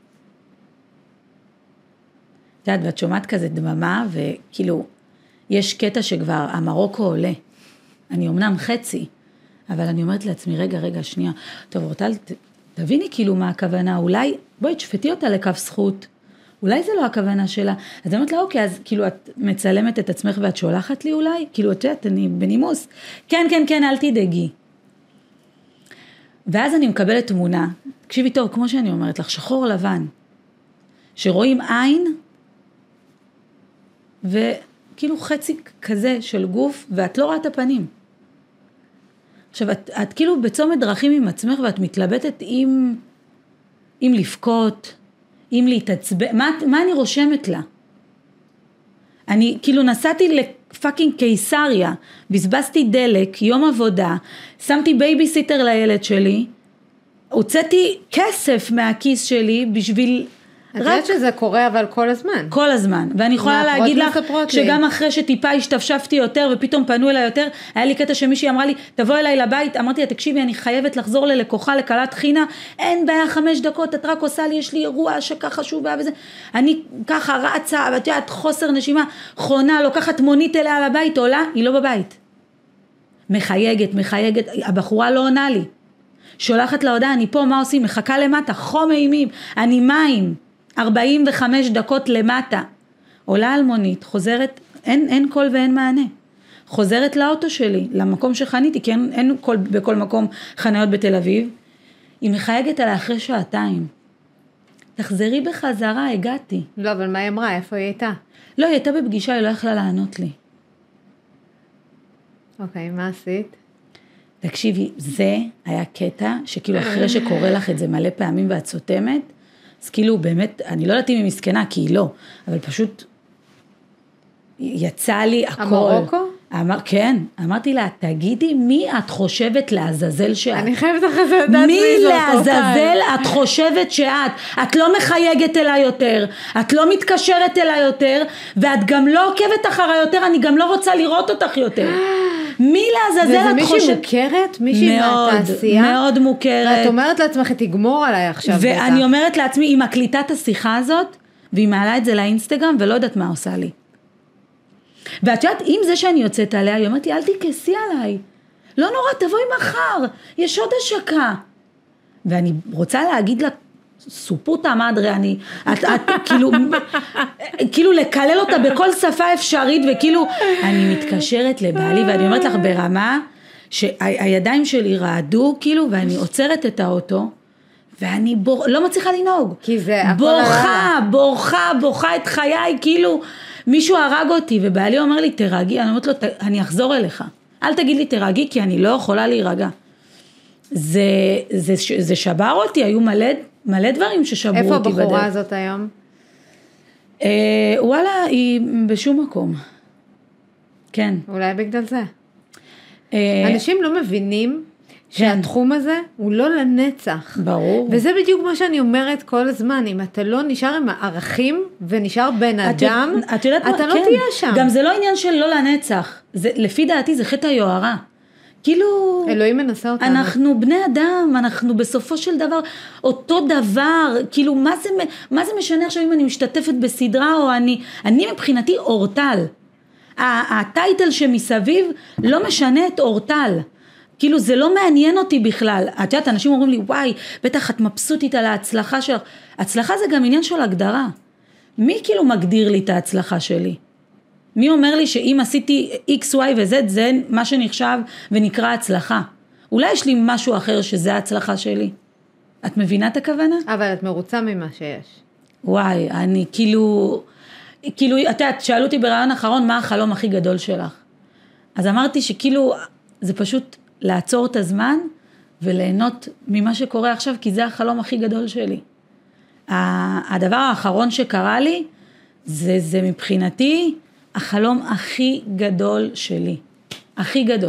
את יודעת, ואת שומעת כזה דממה, וכאילו, יש קטע שכבר המרוקו עולה. אני אומנם חצי, אבל אני אומרת לעצמי, רגע, שנייה. טוב, אורטל, תביני כאילו מה הכוונה, אולי, בואי תשפטי אותה לכף זכות, אולי זה לא הכוונה שלה. אז אני אומרת לה, אוקיי, אז כאילו את מצלמת את עצמך ואת שולחת לי אולי? כאילו את יודעת, אני בנימוס. כן, אל תדאגי. ואז אני מקבלת תמונה, תקשיבי טוב, כמו שאני אומרת לך, שחור לבן, שרואים עין, וכאילו חצי כזה של גוף, ואת לא רואה את הפנים. עכשיו, את כאילו בצומת דרכים עם עצמך, ואת מתלבטת עם לפקות, עם להתעצבן, מה אני רושמת לה? אני כאילו נסעתי לפאקינג קיסריה, בזבזתי דלק, יום עבודה, שמתי בייביסיטר לילד שלי, הוצאתי כסף מהכיס שלי בשביל... את יודעת שזה קורה אבל כל הזמן. כל הזמן, ואני יכולה להגיד לך שגם אחרי שטיפה השתפשפתי יותר ופתאום פנו אליי יותר, היה לי קטע שמישהי אמרה לי, תבוא אליי לבית, אמרתי לה, תקשיבי, אני חייבת לחזור ללקוחה, לקלת חינה, אין בעיה 5 דקות, את רק עושה לי, יש לי אירוע שככה חשוב, וזה, אני ככה רצה, ואת יודעת, חוסר נשימה, חונה, לוקחת מונית אליה לבית, עולה, היא לא בבית. מחייגת, הבחורה לא עונה לי. שולחת להודעה, אני פה, מה עושים? מחכה למטה, חום אימים, אני מים. 45 דקות למטה, עולה על מונית, חוזרת, אין קול ואין מענה, חוזרת לאוטו שלי, למקום שחניתי, כי אין בכל מקום חניות בתל אביב, היא מחייגת עליה אחרי 2 שעתיים, תחזרי בחזרה, הגעתי. לא, אבל מה היא אמרה? איפה היא הייתה? לא, היא הייתה בפגישה, היא לא יכלה לענות לי. אוקיי, מה עשית? תקשיבי, זה היה קטע, שכאילו אחרי שקורא לך את זה מלא פעמים ואת סותמת, אז כאילו באמת, אני לא יודעת אם היא מסכנה, כי היא לא, אבל פשוט יצא לי הכל. המרוקו? כן, אמרתי לה, תגידי מי את חושבת לעזאזל שאת? אני חייבת אחרי זה לדעת מי לעזאזל את חושבת שאת? את לא מחייגת אליי יותר, את לא מתקשרת אליי יותר, ואת גם לא עוקבת אחריי יותר, אני גם לא רוצה לראות אותך יותר. מי לעזאזל את חושבת? וזה מישהי מוכרת? מישהי מהתעשייה? מאוד מוכרת. ואת אומרת לעצמך, תגמור עליי עכשיו. ואני אומרת לעצמי, היא מקליטה את השיחה הזאת, והיא מעלה את זה לאינסטגרם, ולא יודעת מה עושה לי. ואת יודעת, אם זה שאני יוצאת עליה, היא אומרת לי, אל תכעסי עליי. לא נורא, תבואי מחר, יש עוד השקה. ואני רוצה להגיד לה, סופוטה מדרה, כאילו לקלל אותה בכל שפה אפשרית, וכאילו, אני מתקשרת לבעלי, ואני אומרת לך ברמה, שהידיים שלי רעדו, כאילו, ואני עוצרת את האוטו, ואני לא מצליחה לנהוג. כי זה בורחה את חיי, כאילו, מישהו הרג אותי, ובעלי אומר לי, תרגי, אני אומרת לו, אני אחזור אליך. אל תגיד לי תרגי, כי אני לא יכולה להירגע. זה שבר אותי, היו מלא דברים ששברו אותי בדרך. איפה הבחורה הזאת היום? וואלה, היא בשום מקום. כן. אולי בגלל זה. אנשים לא מבינים שהתחום הזה הוא לא לנצח. ברור. וזה בדיוק מה שאני אומרת כל הזמן, אם אתה לא נשאר עם הערכים ונשאר בן אדם, אתה לא תהיה שם. גם זה לא עניין של לא לנצח, זה, לפי דעתי זה חטא היוהרה. כאילו, אלוהים מנסה אותנו. אנחנו בני אדם, אנחנו בסופו של דבר אותו דבר, כאילו מה זה משנה עכשיו אם אני משתתפת בסדרה או אני מבחינתי אורטל. הטייטל שמסביב לא משנה את אורטל. כאילו זה לא מעניין אותי בכלל. את יודעת, אנשים אומרים לי, וואי, בטח את מבסוטית על ההצלחה שלך. הצלחה זה גם עניין של הגדרה. מי כאילו מגדיר לי את ההצלחה שלי? מי אומר לי שאם עשיתי X, Y ו-Z, זה מה שנחשב ונקרא הצלחה? אולי יש לי משהו אחר שזה ההצלחה שלי? את מבינה את הכוונה? אבל את מרוצה ממה שיש. וואי, אני כאילו, את יודעת, שאלו אותי ברעיון האחרון, מה החלום הכי גדול שלך? אז אמרתי שכאילו, זה פשוט לעצור את הזמן, וליהנות ממה שקורה עכשיו, כי זה החלום הכי גדול שלי. הדבר האחרון שקרה לי, זה מבחינתי, החלום הכי גדול שלי. הכי גדול.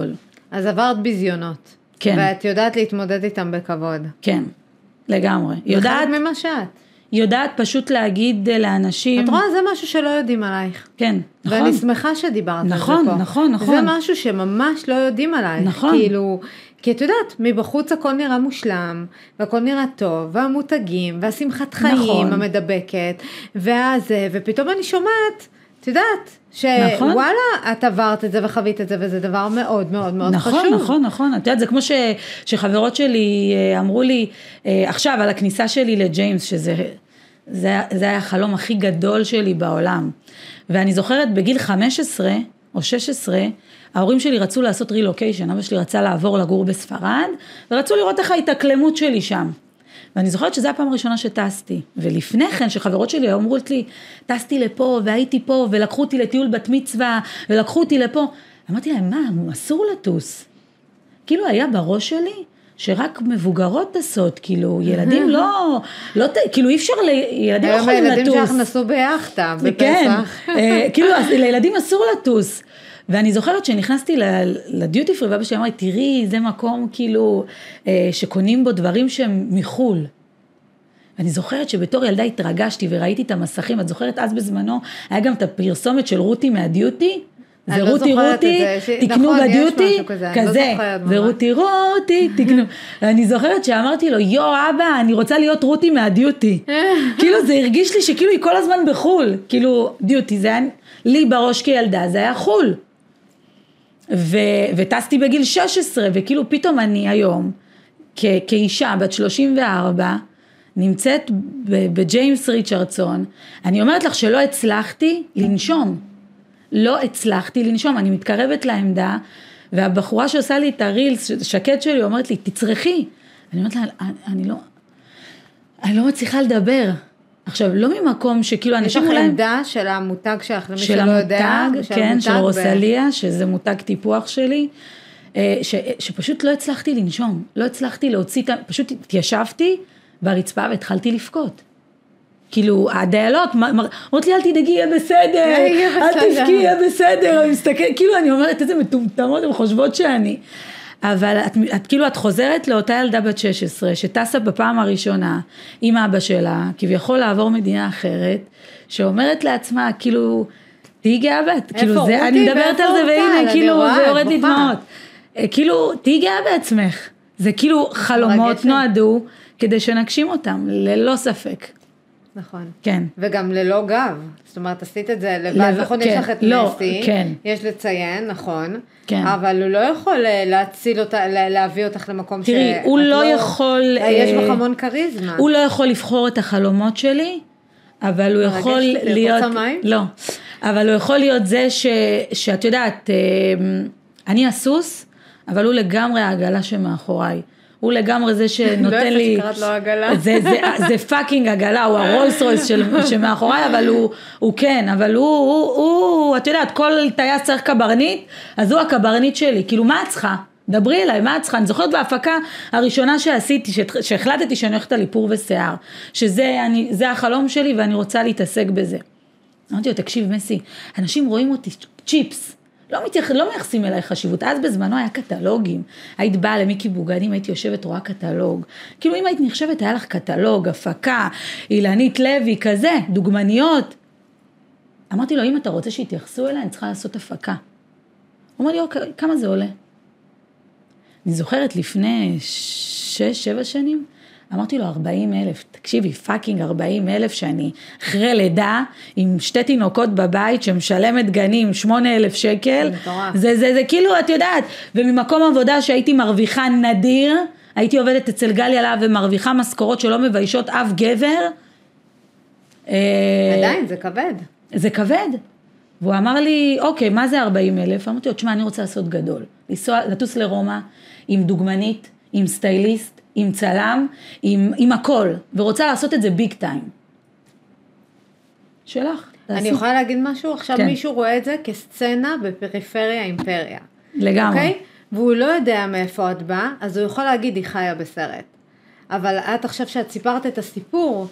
אז עברת ביזיונות. כן. ואת יודעת להתמודד איתם בכבוד. כן, לגמרי. זה חלק ממה שאת. יודעת פשוט להגיד לאנשים... את רואה, זה משהו שלא יודעים עלייך. כן, נכון. ואני שמחה שדיברת נכון, על זה פה. נכון, נכון. זה משהו שממש לא יודעים עלייך. נכון. כאילו, כי את יודעת, מבחוץ הכל נראה מושלם, והכל נראה טוב, והמותגים, והשמחת חיים נכון. המדבקת, והזה, ופתאום אני שומעת, את יודעת, נכון. שוואלה, את עברת את זה וחווית את זה, וזה דבר מאוד מאוד מאוד נכון, חשוב. נכון, נכון. את יודעת, זה כמו שחברות שלי אמרו לי, עכשיו על הכניסה שלי לג'יימס, זה היה החלום הכי גדול שלי בעולם. ואני זוכרת בגיל 15 או 16, ההורים שלי רצו לעשות רילוקיישן, אבא שלי רצה לעבור לגור בספרד, ורצו לראות איך ההתאקלמות שלי שם. ואני זוכרת שזו הפעם הראשונה שטסתי, ולפני כן שחברות שלי אמרו לי, טסתי לפה והייתי פה, ולקחו אותי לטיול בת מצווה, ולקחו אותי לפה. אמרתי להם, מה, אסור לטוס. כאילו היה בראש שלי, שרק מבוגרות טסות, כאילו ילדים לא כאילו אי אפשר, ילדים לא יכולים לטוס. הילדים שלך נסעו ביחדה בפסח. כן, כאילו לילדים אסור לטוס. ואני זוכרת שנכנסתי לדיוטי פרי, ואבא שלי אמר, תראי, זה מקום כאילו, שקונים בו דברים שהם מחול. ואני זוכרת שבתור ילדה התרגשתי וראיתי את המסכים, את זוכרת אז בזמנו, היה גם את הפרסומת של רותי מהדיוטי, זה רותי, תקנו בדיוטי, כזה, ורותי, תקנו. אני זוכרת שאמרתי לו, אבא, אני רוצה להיות רותי מהדיוטי. כאילו זה הרגיש לי שכאילו היא כל הזמן בחול, כאילו דיוטי, זה היה לי בראש כילדה, זה היה חול. וטסתי בגיל 16, וכאילו פתאום אני היום, כאישה בת 34, נמצאת בג'יימס ריצ'רדסון, אני אומרת לך שלא הצלחתי לנשום. לא הצלחתי לנשום, אני מתקרבת לעמדה, והבחורה שעושה לי את הרילס, שקט שלי, אומרת לי, תצרכי. אני אומרת לה, אני לא מצליחה לדבר. עכשיו, לא ממקום שכאילו אנשים אולי... יש לך עמדה של המותג שלך, למי שלא יודע. כן, של רוסליה, שזה מותג טיפוח שלי, שפשוט לא הצלחתי לנשום, לא הצלחתי להוציא, פשוט התיישבתי ברצפה והתחלתי לבכות. כאילו, הדיילות, אומרת לי, אל תדאגי, יהיה בסדר, אל תבכי, יהיה בסדר, כאילו, אני אומרת, איזה מטומטמות, הן חושבות שאני. אבל כאילו, את חוזרת לאותה ילדה בת 16, שטסה בפעם הראשונה, עם אבא שלה, כביכול לעבור מדינה אחרת, שאומרת לעצמה, כאילו, תהי גאה בת, כאילו, אני מדברת על זה, והנה, כאילו, זה יורד לי דמעות. כאילו, תהי גאה בעצמך. זה כאילו, חלומות נועדו, כדי שנגשים אותם, ללא ספק. נכון. כן. וגם ללא גב. זאת אומרת, עשית את זה לבד. נכון, יש לך את נסי. כן. יש לציין, נכון. כן. אבל הוא לא יכול להציל אותה, להביא אותך למקום ש... תראי, הוא לא יכול... יש בך המון קריזמה. הוא לא יכול לבחור את החלומות שלי, אבל הוא יכול להיות... לא. אבל הוא יכול להיות זה שאת יודעת, אני הסוס, אבל הוא לגמרי העגלה שמאחוריי. הוא לגמרי זה שנותן לי... לא איך שקראת לו עגלה. זה פאקינג עגלה, הוא הרולס רויס שמאחוריי, אבל הוא כן, אבל הוא, את יודעת, כל טייס צריך קברנית, אז הוא הקברנית שלי, כאילו מה את צריכה? דברי אליי, מה את צריכה? אני זוכרת בהפקה הראשונה שעשיתי, שהחלטתי שאני הולכת על איפור ושיער, שזה החלום שלי ואני רוצה להתעסק בזה. אמרתי לו, תקשיב מסי, אנשים רואים אותי צ'יפס, לא מייחסים אליי חשיבות, אז בזמנו היה קטלוגים, היית באה למיקי בוגנים, הייתי יושבת רואה קטלוג, כאילו אם היית נחשבת היה לך קטלוג, הפקה, אילנית לוי, כזה, דוגמניות, אמרתי לו, אם אתה רוצה שיתייחסו אליי, אני צריכה לעשות הפקה, הוא אומר לי, אוקיי, כמה זה עולה? אני זוכרת לפני 6-7 שנים, אמרתי לו 40,000, תקשיבי, פאקינג 40,000 שאני אחרי לידה, עם 2 תינוקות בבית, שמשלמת גנים 8,000 שקל, זה כאילו, את יודעת, וממקום עבודה שהייתי מרוויחה נדיר, הייתי עובדת אצל גליה להב, ומרוויחה משכורות שלא מביישות אף גבר. עדיין, זה כבד. זה כבד. והוא אמר לי, אוקיי, מה זה 40,000? אמרתי לו, תשמע, אני רוצה לעשות גדול. לטוס לרומא, עם דוגמנית, עם סטייליסט, עם צלם, עם הכל, ורוצה לעשות את זה ביג טיים. שלך, תעשי. אני יכולה להגיד משהו? עכשיו כן. מישהו רואה את זה כסצנה בפריפריה אימפריה. לגמרי. אוקיי? והוא לא יודע מאיפה את באה, אז הוא יכול להגיד, היא חיה בסרט. אבל את עכשיו שאת סיפרת את הסיפור,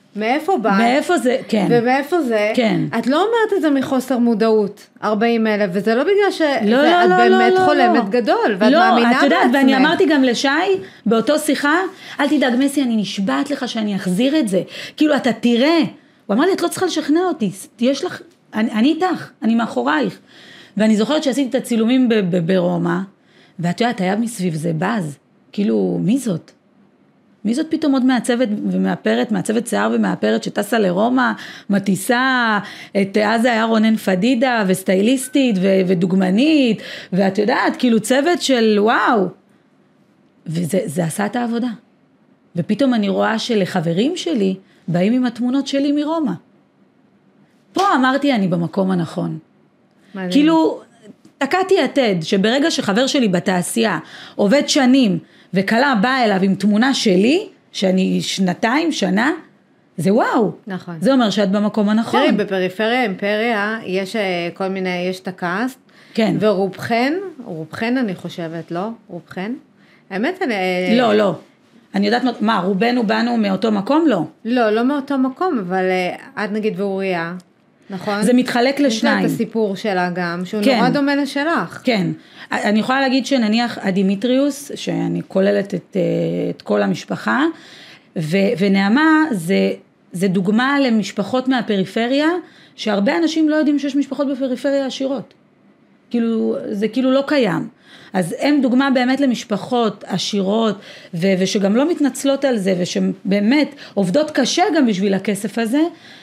מאיפה באת? מאיפה זה, כן. ומאיפה זה? כן. את לא אומרת את זה מחוסר מודעות, 40,000, וזה לא בגלל שאת לא, באמת לא, חולמת לא. גדול, ואת לא, מאמינה את יודעת, בעצמך. ואני אמרתי גם לשי, באותו שיחה, אל תדאג מסי, אני נשבעת לך שאני אחזיר את זה. כאילו, אתה תראה. הוא אמר לי, את לא צריכה לשכנע אותי, יש לך, אני איתך, אני מאחורייך. ואני זוכרת שעשיתי את הצילומים ברומא, ואת יודעת, היה מסביב זה בז. כאילו, מי זאת? מי זאת פתאום עוד מעצבת ומאפרת, מעצבת שיער ומאפרת שטסה לרומא, מטיסה, אז היה רונן פדידה וסטייליסטית ודוגמנית, ואת יודעת, כאילו צוות של וואו. וזה עשה את העבודה. ופתאום אני רואה שלחברים שלי, באים עם התמונות שלי מרומא. פה אמרתי, אני במקום הנכון. מדהים. כאילו, תקעתי עתד, שברגע שחבר שלי בתעשייה עובד שנים, וקלה באה אליו עם תמונה שלי, שאני שנתיים, שנה, זה וואו. נכון. זה אומר שאת במקום הנכון. תראי, בפריפריה אימפריה, יש כל מיני, יש את הקאסט, כן. רובכן אני חושבת, לא? רובכן? האמת אני... לא. אני יודעת מה, רובנו באנו מאותו מקום? לא. לא מאותו מקום, אבל את נגיד ואוריה, נכון? זה מתחלק לשניים. יש את הסיפור שלה גם, שהוא כן. נורא דומה לשלך. כן. אני יכולה להגיד שנניח הדימיטריוס, שאני כוללת את כל המשפחה, ונעמה זה דוגמה למשפחות מהפריפריה, שהרבה אנשים לא יודעים שיש משפחות בפריפריה עשירות. כאילו, זה כאילו לא קיים. אז הם דוגמה באמת למשפחות עשירות, ושגם לא מתנצלות על זה, ושבאמת עובדות קשה גם בשביל הכסף הזה,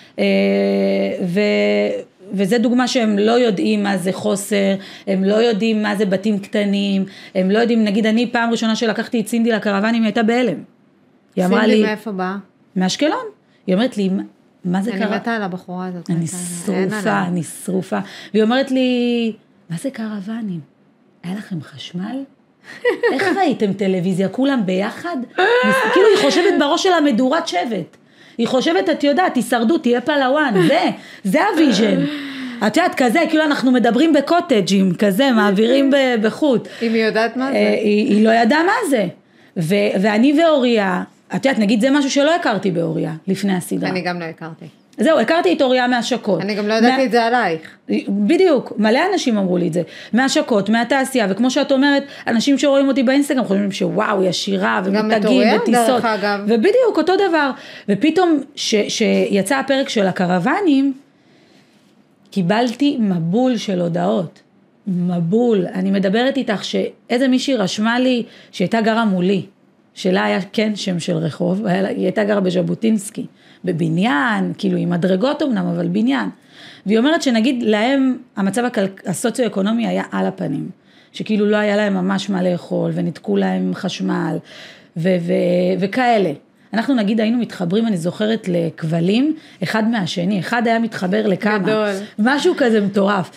וזה דוגמה שהם לא יודעים מה זה חוסר, הם לא יודעים מה זה בתים קטנים, הם לא יודעים, נגיד אני פעם ראשונה שלקחתי את סינדי לקרוונים, היא הייתה בהלם. היא אמרה לי... סינדי מאיפה באה? מאשקלון. היא אומרת לי, מה זה קרה? אני מתה על הבחורה הזאת. אני שרופה. והיא אומרת לי, מה זה קרוונים? היה לכם חשמל? איך ראיתם טלוויזיה? כולם ביחד? כאילו היא חושבת בראש שלה מדורת שבט. היא חושבת, את יודעת, הישרדות, תהיה פלוואן, זה הוויז'ן. את יודעת, כזה, כאילו אנחנו מדברים בקוטג'ים, כזה, מעבירים בחוט. אם היא יודעת מה זה? היא לא ידעה מה זה. ואני ואוריה, את יודעת, נגיד, זה משהו שלא הכרתי באוריה, לפני הסדרה. אני גם לא הכרתי. זהו, הכרתי את אוריה מהשקות. אני גם לא ידעתי את זה עלייך. בדיוק, מלא אנשים אמרו לי את זה. מהשקות, מהתעשייה, וכמו שאת אומרת, אנשים שרואים אותי באינסטגרם, חושבים שוואו, היא עשירה, ומתגים, וטיסות. ובדיוק, אותו דבר. ופתאום, שיצא הפרק של הקרוונים, קיבלתי מבול של הודעות. מבול. אני מדברת איתך שאיזה מישהי רשמה לי, שהייתה גרה מולי, שלה היה כן שם של רחוב, היא הייתה גרה בז'בוטינסקי. בבניין, כאילו עם מדרגות אמנם, אבל בניין. והיא אומרת שנגיד להם המצב הסוציו-אקונומי היה על הפנים, שכאילו לא היה להם ממש מה לאכול, וניתקו להם חשמל, וכאלה. אנחנו נגיד היינו מתחברים, אני זוכרת, לכבלים, אחד מהשני, אחד היה מתחבר לכמה. גדול. משהו כזה מטורף.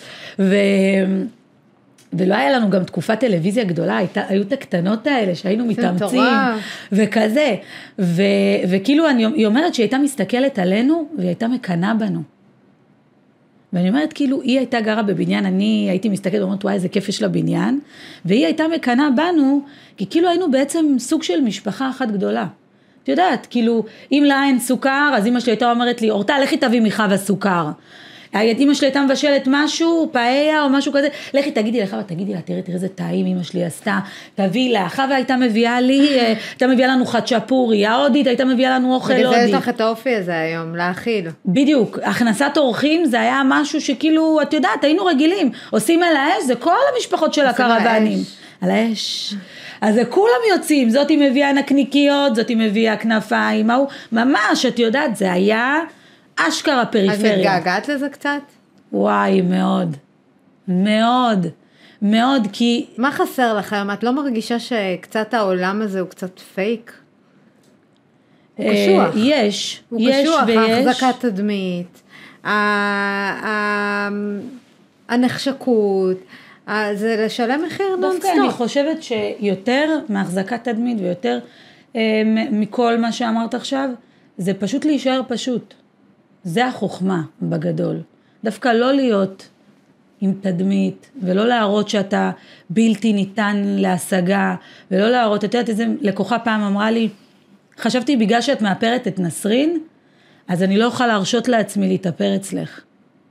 ולא היה לנו גם תקופת טלוויזיה גדולה, היו את הקטנות האלה שהיינו מתאמצים, וכזה, וכאילו היא אומרת שהיא הייתה מסתכלת עלינו, והיא הייתה מקנה בנו. ואני אומרת כאילו, היא הייתה גרה בבניין, אני הייתי מסתכלת ואומרת, וואי, איזה כיף יש לה בניין, והיא הייתה מקנה בנו, כי כאילו היינו בעצם סוג של משפחה אחת גדולה. את יודעת, כאילו, אם לה אין סוכר, אז אמא שלי הייתה אומרת לי, אורטל, לכי תביא מחווה סוכר. אמא שלי הייתה מבשלת משהו, פאיה או משהו כזה, לכי תגידי לחווה, תגידי לה, תראי איזה טעים אמא שלי עשתה, תביא לה, חווה הייתה מביאה לי, הייתה מביאה לנו חצ'פורי, ההודית הייתה מביאה לנו אוכל הודי. בגלל זה יש לך את האופי הזה היום, להאכיל. בדיוק, הכנסת אורחים זה היה משהו שכאילו, את יודעת, היינו רגילים, עושים על האש, זה כל המשפחות של הקרוונים. על האש. אז זה כולם יוצאים, זאת היא מביאה נקניקיות, זאת היא מביאה כנפיים, ממש, את יודעת, זה היה אשכרה פריפריה. אז מתגעגעת לזה קצת? וואי, מאוד. מאוד. מאוד, כי... מה חסר לכם? את לא מרגישה שקצת העולם הזה הוא קצת פייק? הוא קשוח. יש. הוא קשוח, ההחזקת תדמית, הנחשקות, זה לשלם מחיר נונסטופ. דווקא אני חושבת שיותר מהחזקת תדמית ויותר מכל מה שאמרת עכשיו, זה פשוט להישאר פשוט. זה החוכמה בגדול. דווקא לא להיות עם תדמית, ולא להראות שאתה בלתי ניתן להשגה, ולא להראות, את יודעת איזה לקוחה פעם אמרה לי, חשבתי בגלל שאת מאפרת את נסרין, אז אני לא אוכל להרשות לעצמי להתאפר אצלך.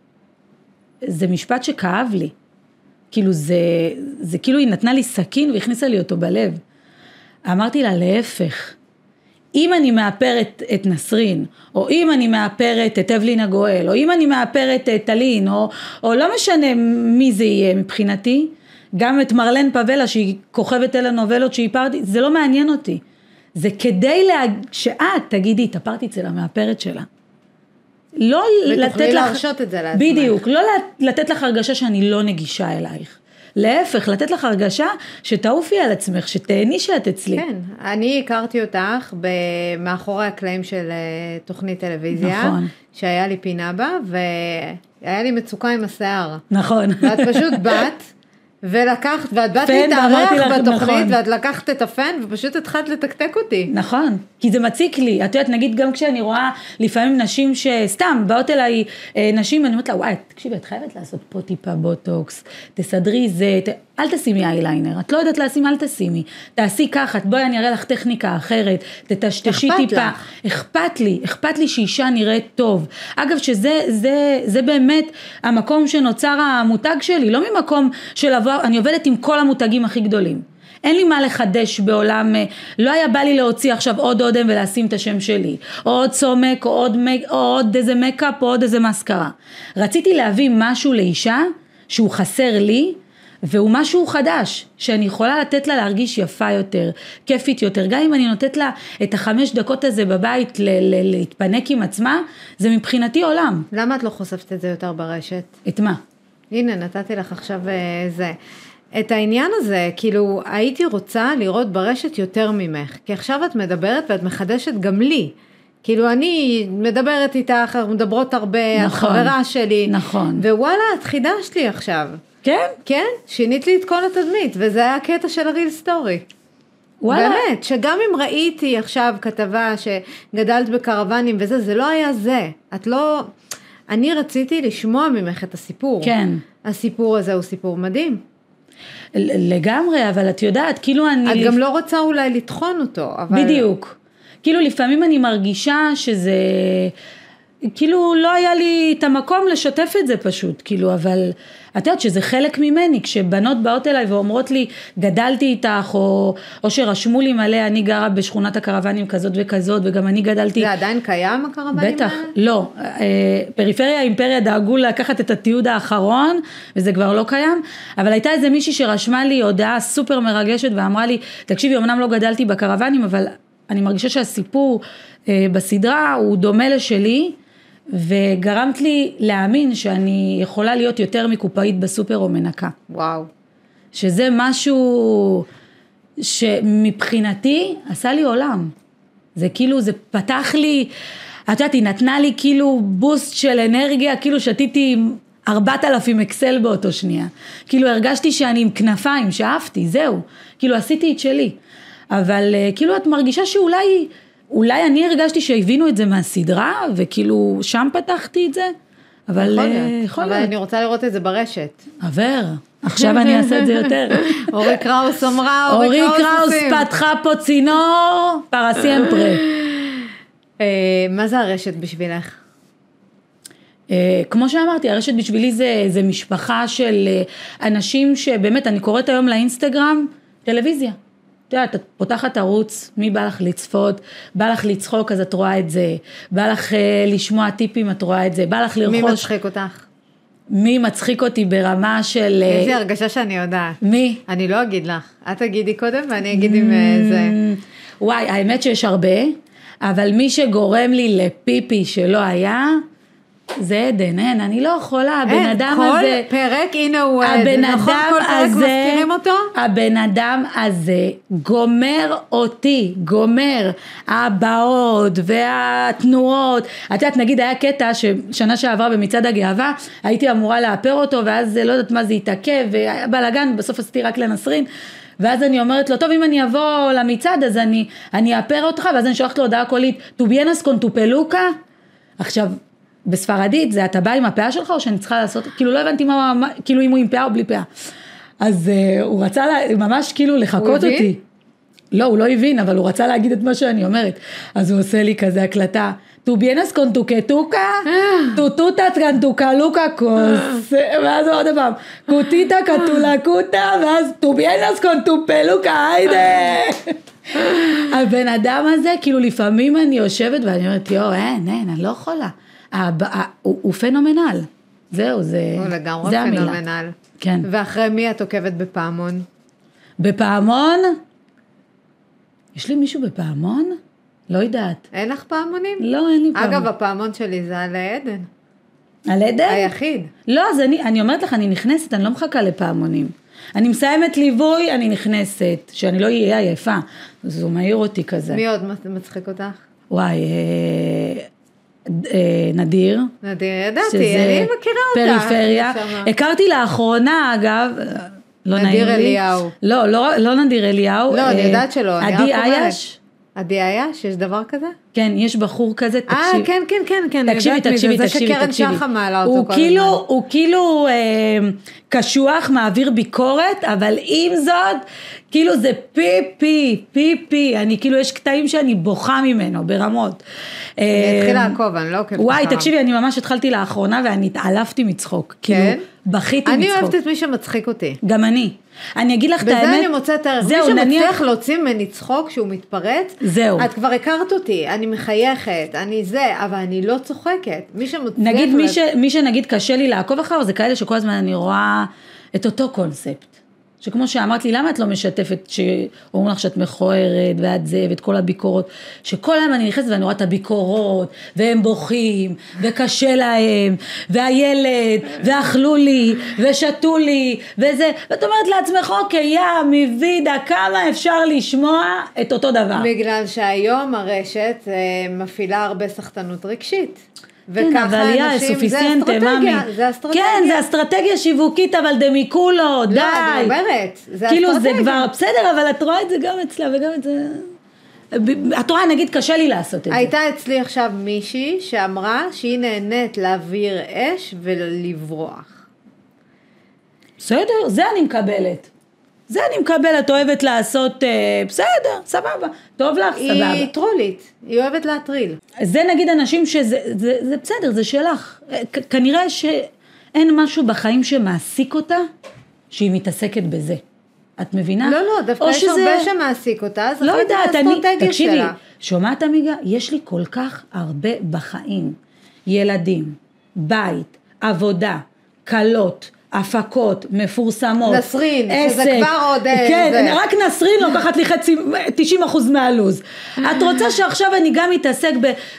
זה משפט שכאב לי. כאילו זה כאילו היא נתנה לי סכין והכניסה לי אותו בלב. אמרתי לה, להפך. אם אני מאפרת את נסרין, או אם אני מאפרת את אבלין הגואל, או אם אני מאפרת את טלין, או לא משנה מי זה יהיה מבחינתי, גם את מרלן פבלה שהיא כוכבת אל הנובלות שהיא פרתי, זה לא מעניין אותי. זה כדי שאת תגידי, התאפרתי אצל המאפרת שלה. לא לתת לך... להרשות את זה לעצמך. בדיוק, לא לתת לך הרגשה שאני לא נגישה אלייך. להפך, לתת לך הרגשה שתעופי על עצמך, שתהני שאת אצלי. כן, אני הכרתי אותך מאחורי הקלעים של תוכנית טלוויזיה, נכון. שהיה לי פינה בה, והיה לי מצוקה עם השיער. נכון. ואת פשוט באת, ולקחת, ואת באת להתארח בתוכנית, ואת לקחת את הפן, ופשוט התחלת לתקתק אותי. נכון, כי זה מציק לי. את יודעת, נגיד גם כשאני רואה לפעמים נשים שסתם, באות אליי נשים, אני אומרת לה, וואי, תקשיבי, את חייבת לעשות פה טיפה בוטוקס, תסדרי זה, אל תשימי אייליינר, את לא יודעת לשים, אל תשימי, תעשי ככה, בואי אני אראה לך טכניקה אחרת, תטשטשי טיפה. אכפת לי שאישה נראית טוב. אגב, שזה באמת המקום שנוצר המותג שלי, לא ממקום של לבוא, אני עובדת עם כל המותגים הכי גדולים. אין לי מה לחדש בעולם, לא היה בא לי להוציא עכשיו עוד אודם ולשים את השם שלי, או עוד סומק, או עוד איזה מקאפ, או עוד איזה מסקרה. רציתי להביא משהו לאישה שהוא חסר לי, והוא משהו חדש, שאני יכולה לתת לה להרגיש יפה יותר, כיפית יותר, גם אם אני נותנת לה את 5 דקות הזה בבית להתפנק עם עצמה, זה מבחינתי עולם. למה את לא חושפת את זה יותר ברשת? את מה? הנה, נתתי לך עכשיו זה. את העניין הזה, כאילו, הייתי רוצה לראות ברשת יותר ממך, כי עכשיו את מדברת ואת מחדשת גם לי. כאילו, אני מדברת איתך, מדברות הרבה, נכון, את חברה שלי. נכון. ווואלה, את חידשת לי עכשיו. כן? כן, שינית לי את כל התדמית, וזה היה הקטע של הריל סטורי. וואלה. באמת, שגם אם ראיתי עכשיו כתבה שגדלת בקרוונים וזה, זה לא היה זה. את לא... אני רציתי לשמוע ממך את הסיפור. כן. הסיפור הזה הוא סיפור מדהים. לגמרי, אבל את יודעת, כאילו אני... את גם לא רוצה אולי לטחון אותו, אבל... בדיוק. כאילו לפעמים אני מרגישה שזה... כאילו לא היה לי את המקום לשתף את זה פשוט, כאילו, אבל את יודעת שזה חלק ממני, כשבנות באות אליי ואומרות לי, גדלתי איתך, או שרשמו לי מלא, אני גרה בשכונת הקרוונים כזאת וכזאת, וגם אני גדלתי... זה עדיין קיים הקרוונים? בטח, לא. פריפריה האימפריה דאגו לקחת את התיעוד האחרון, וזה כבר לא קיים, אבל הייתה איזה מישהי שרשמה לי הודעה סופר מרגשת, ואמרה לי, תקשיבי, אמנם לא גדלתי בקרוונים, אבל אני מרגישה שהסיפור בסדרה הוא דומה לשלי, וגרמת לי להאמין שאני יכולה להיות יותר מקופאית בסופר או מנקה. וואו. שזה משהו שמבחינתי עשה לי עולם. זה כאילו, זה פתח לי, את יודעת, היא נתנה לי כאילו בוסט של אנרגיה, כאילו שתיתי 4,000 אקסל באותו שנייה. כאילו הרגשתי שאני עם כנפיים, שאפתי, זהו. כאילו עשיתי את שלי. אבל כאילו את מרגישה אולי אני הרגשתי שהבינו את זה מהסדרה, וכאילו שם פתחתי את זה, אבל יכול להיות. אבל אני רוצה לראות את זה ברשת. עבר, עכשיו אני אעשה את זה יותר. אורי קראוס אמרה, אורי קראוס פתחה פה צינור, פרסימפרה. מה זה הרשת בשבילך? כמו שאמרתי, הרשת בשבילי זה משפחה של אנשים שבאמת, אני קוראת היום לאינסטגרם, טלוויזיה. את יודעת, את פותחת ערוץ, מי בא לך לצפות, בא לך לצחוק, אז את רואה את זה, בא לך לשמוע טיפים, את רואה את זה, בא לך לרחוש. מי מצחיק אותך? מי מצחיק אותי ברמה של... יש לי הרגשה שאני יודעת. מי? אני לא אגיד לך, את תגידי קודם ואני אגיד אם זה... וואי, האמת שיש הרבה, אבל מי שגורם לי לפיפי שלא היה... זה עדן, אני לא יכולה, הבן אדם הזה... כל פרק, הנה הוא עדן, נכון? כל פרק מזכירים אותו? הבן אדם הזה גומר אותי, גומר, הבאות והתנועות. את יודעת, נגיד היה קטע ששנה שעברה במצעד הגאווה, הייתי אמורה לאפר אותו, ואז לא יודעת מה זה יתעכב, והיה בלגן, בסוף עשיתי רק לנסרין, ואז אני אומרת לו, טוב, אם אני אבוא למצעד, אז אני אפר אותך, ואז אני שולחת לו הודעה קולית, "Tu vienes con tu peluca?" עכשיו, בספרדית, זה אתה בא עם הפאה שלך, או שאני צריכה לעשות, כאילו לא הבנתי כאילו אם הוא עם פאה או בלי פאה. אז הוא רצה ממש כאילו לחכות אותי. לא, הוא לא הבין, אבל הוא רצה להגיד את מה שאני אומרת. אז הוא עושה לי כזה הקלטה. Tu vienes con tu quetuca, tu tutas con tu calucacos. ואז עוד פעם, קוטיטה קטולקוטה, ואז tu vienes con tu peluca, היידה. הבן אדם הזה, כאילו לפעמים אני יושבת ואני אומרת, אין, אני לא יכולה. הוא פנומנל. זהו, זה המילה. הוא לגמרי פנומנל. כן. ואחרי מי את עוקבת בפעמון? בפעמון? יש לי מישהו בפעמון? לא יודעת. אין לך פעמונים? לא, אין לי פעמון. אגב, הפעמון שלי זה על עדן. על עדן? היחיד. לא, אז אני אומרת לך, אני נכנסת, אני לא מחכה לפעמונים. אני מסיימת ליווי, אני נכנסת, שאני לא אהיה עייפה. אז הוא מעיר אותי כזה. מי עוד מצחיק אותך? וואי, נדיר. נדיר, ידעתי, אני מכירה אותה. פריפריה. הכרתי לאחרונה, אגב, לא נעים לי. נדיר אליהו. לא נדיר אליהו. לא, אני יודעת שלא. עדי אייש. עדי אייש, יש דבר כזה? כן, יש בחור כזה, תקשיב. כן, תקשיבי. זה שקרן שחה מעלה אותו כל הזמן. הוא כאילו קשוח, מעביר ביקורת, אבל עם זאת, כאילו זה פי, אני כאילו יש קטעים שאני בוכה ממנו, ברמות. אני התחילה לעקוב, אני לא עוקבת. וואי, תקשיבי, אני ממש התחלתי לאחרונה, ואני התעלפתי מצחוק. כאילו, בכיתי מצחוק. אני אוהבת את מי שמצחיק אותי. גם אני אגיד לך את האמת. בזה אני מוצאת ערך. מי שמצליח להוציא ממני צחוק שהוא מתפרץ, זהו. את כבר הכרת אותי, אני מחייכת, אבל אני לא צוחקת. נגיד, מי שנגיד קשה לי לעקוב אחר, זה כאלה שכל הזמן אני רואה את אותו קונספט. שכמו שאמרת לי, למה את לא משתפת שאומרים לך שאת מכוערת ואת זה ואת כל הביקורות, שכל היום אני נכנסת ואני רואה את הביקורות והם בוכים וקשה להם והילד ואכלו לי ושתו לי וזה, ואת אומרת לעצמך, אוקיי, מוידה, כמה אפשר לשמוע את אותו דבר? בגלל שהיום הרשת מפעילה הרבה סחטנות רגשית. כן, אבל אנשים, זה אסטרטגיה. כן, זה אסטרטגיה שיווקית, אבל דמיקולו, די. לא, אני אומרת, זה אסטרטגיה. כאילו זה כבר בסדר, אבל את רואה את זה גם אצלה וגם את זה. את רואה, נגיד, קשה לי לעשות את זה. הייתה אצלי עכשיו מישהי שאמרה שהיא נהנית להעביר אש ולברוח. בסדר, זה אני מקבלת. את אוהבת לעשות, בסדר, סבבה, טוב לך, סבבה. היא טרולית, היא אוהבת להטריל. זה נגיד אנשים זה בסדר, זה שלך. כנראה שאין משהו בחיים שמעסיק אותה, שהיא מתעסקת בזה. את מבינה? לא, דווקא יש הרבה שמעסיק אותה, אז לא יודעת, תקשיבי, שומעת אמיגה? יש לי כל כך הרבה בחיים. ילדים, בית, עבודה, קלות, הפקות, מפורסמות, נסרין, שזה כבר עוד כן, זה. רק נסרין לוקחת לי 90% מהלוז. את רוצה שעכשיו אני גם מתעסק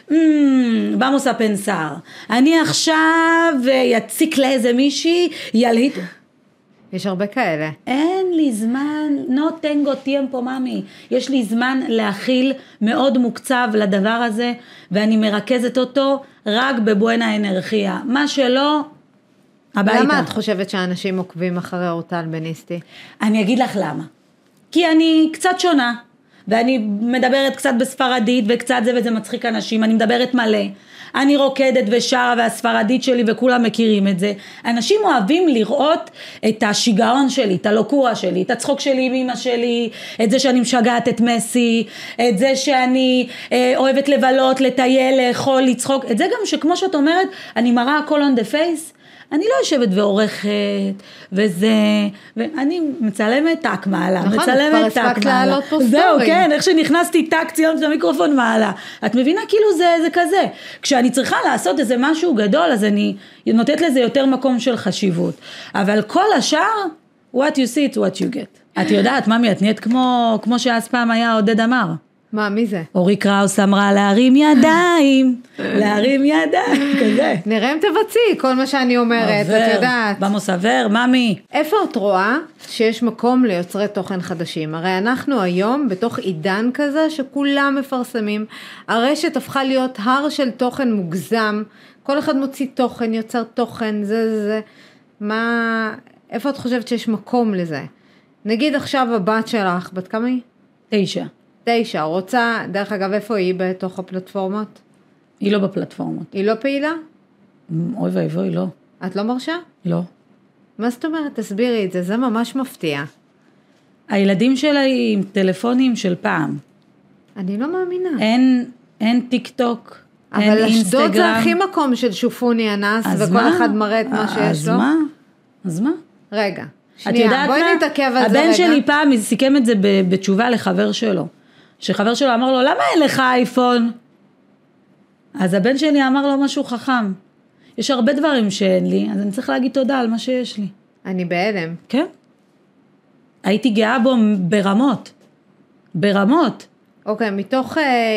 במוס הפנסר. אני עכשיו יציק לאיזה מישהי, ילהיט. יש הרבה כאלה. אין לי זמן, no tengo tiempo ממי. יש לי זמן להכיל מאוד מוקצב לדבר הזה, ואני מרכזת אותו רק בבואנה אנרכיה. מה שלא, הביתה. למה את חושבת שאנשים עוקבים אחרי אורטל בניסטי? אני אגיד לך למה. כי אני קצת שונה, ואני מדברת קצת בספרדית, וקצת זה וזה מצחיק אנשים, אני מדברת מלא. אני רוקדת ושרה, והספרדית שלי, וכולם מכירים את זה. אנשים אוהבים לראות את השיגעון שלי, את הלוקורה שלי, את הצחוק שלי עם אמא שלי, את זה שאני משגעת את מסי, את זה שאני אוהבת לבלות, לטייל, לאכול, לצחוק. את זה גם שכמו שאת אומרת, אני מראה הכל on the face, אני לא יושבת ועורכת, וזה, ואני מצלמת טק מעלה, נכון, כבר הספקת לעלות פה סטורי. זהו, כן, איך שנכנסתי טק צילום של המיקרופון מעלה. את מבינה, כאילו זה כזה. כשאני צריכה לעשות איזה משהו גדול, אז אני נותנת לזה יותר מקום של חשיבות. אבל כל השאר, what you see, it's what you get. את יודעת, ממי, את נהיית כמו שאז פעם היה עודד אמר. מה, מי זה? אורי קראוס אמרה להרים ידיים, כזה. נראה אם תבצעי כל מה שאני אומרת, את יודעת. במוס עבר, ממי. איפה את רואה שיש מקום ליוצרי תוכן חדשים? הרי אנחנו היום בתוך עידן כזה שכולם מפרסמים, הרשת הפכה להיות הר של תוכן מוגזם, כל אחד מוציא תוכן, יוצר תוכן, זה. איפה את חושבת שיש מקום לזה? נגיד עכשיו הבת שלך, בת כמה היא? 9, רוצה, דרך אגב, איפה היא בתוך הפלטפורמות? היא לא בפלטפורמות. היא לא פעילה? אוי ואבוי, לא. את לא מרשה? לא. מה זאת אומרת? תסבירי את זה, זה ממש מפתיע. הילדים שלה עם טלפונים של פעם. אני לא מאמינה. אין טיק טוק, אין אבל אינסטגרם. אשדוד זה הכי מקום של שופוני אנס, וכל אחד מראה את מה שיש לו. אז מה? רגע, שנייה, בואי נתעכב על זה רגע. הבן שלי פעם סיכם את זה בתשובה לחבר שלו. שחבר שלו אמר לו, למה אין לך אייפון? אז הבן שלי אמר לו משהו חכם. יש הרבה דברים שאין לי, אז אני צריך להגיד תודה על מה שיש לי. אני בהלם. כן. הייתי גאה בו ברמות. אוקיי, מתוך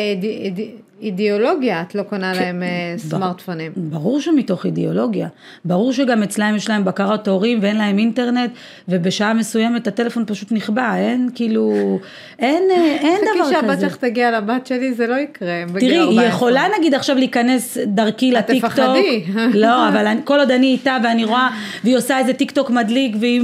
אידיאולוגיה את לא קונה להם סמארטפונים. ברור שמתוך אידיאולוגיה. ברור שגם אצלהם יש להם בקרת הורים ואין להם אינטרנט, ובשעה מסוימת הטלפון פשוט נכבה, אין כאילו, אין דבר כזה. חכי שהבת שלך תגיע לבת שלי, זה לא יקרה. תראי, היא יכולה נגיד עכשיו להיכנס דרכי לטיק טוק. תפחדי. לא, אבל כל עוד אני איתה ואני רואה, והיא עושה איזה טיק טוק מדליק, והיא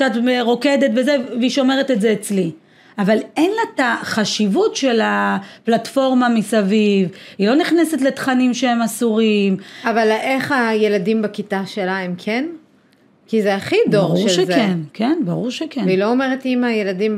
רוקדת וזה, והיא שומרת את זה אצלי. אבל אין לה את החשיבות של הפלטפורמה מסביב, היא לא נכנסת לתכנים שהם אסורים. אבל איך הילדים בכיתה שלה הם כן? כי זה הכי דור של זה. ברור שכן, כן, ברור שכן. והיא לא אומרת אמא, ילדים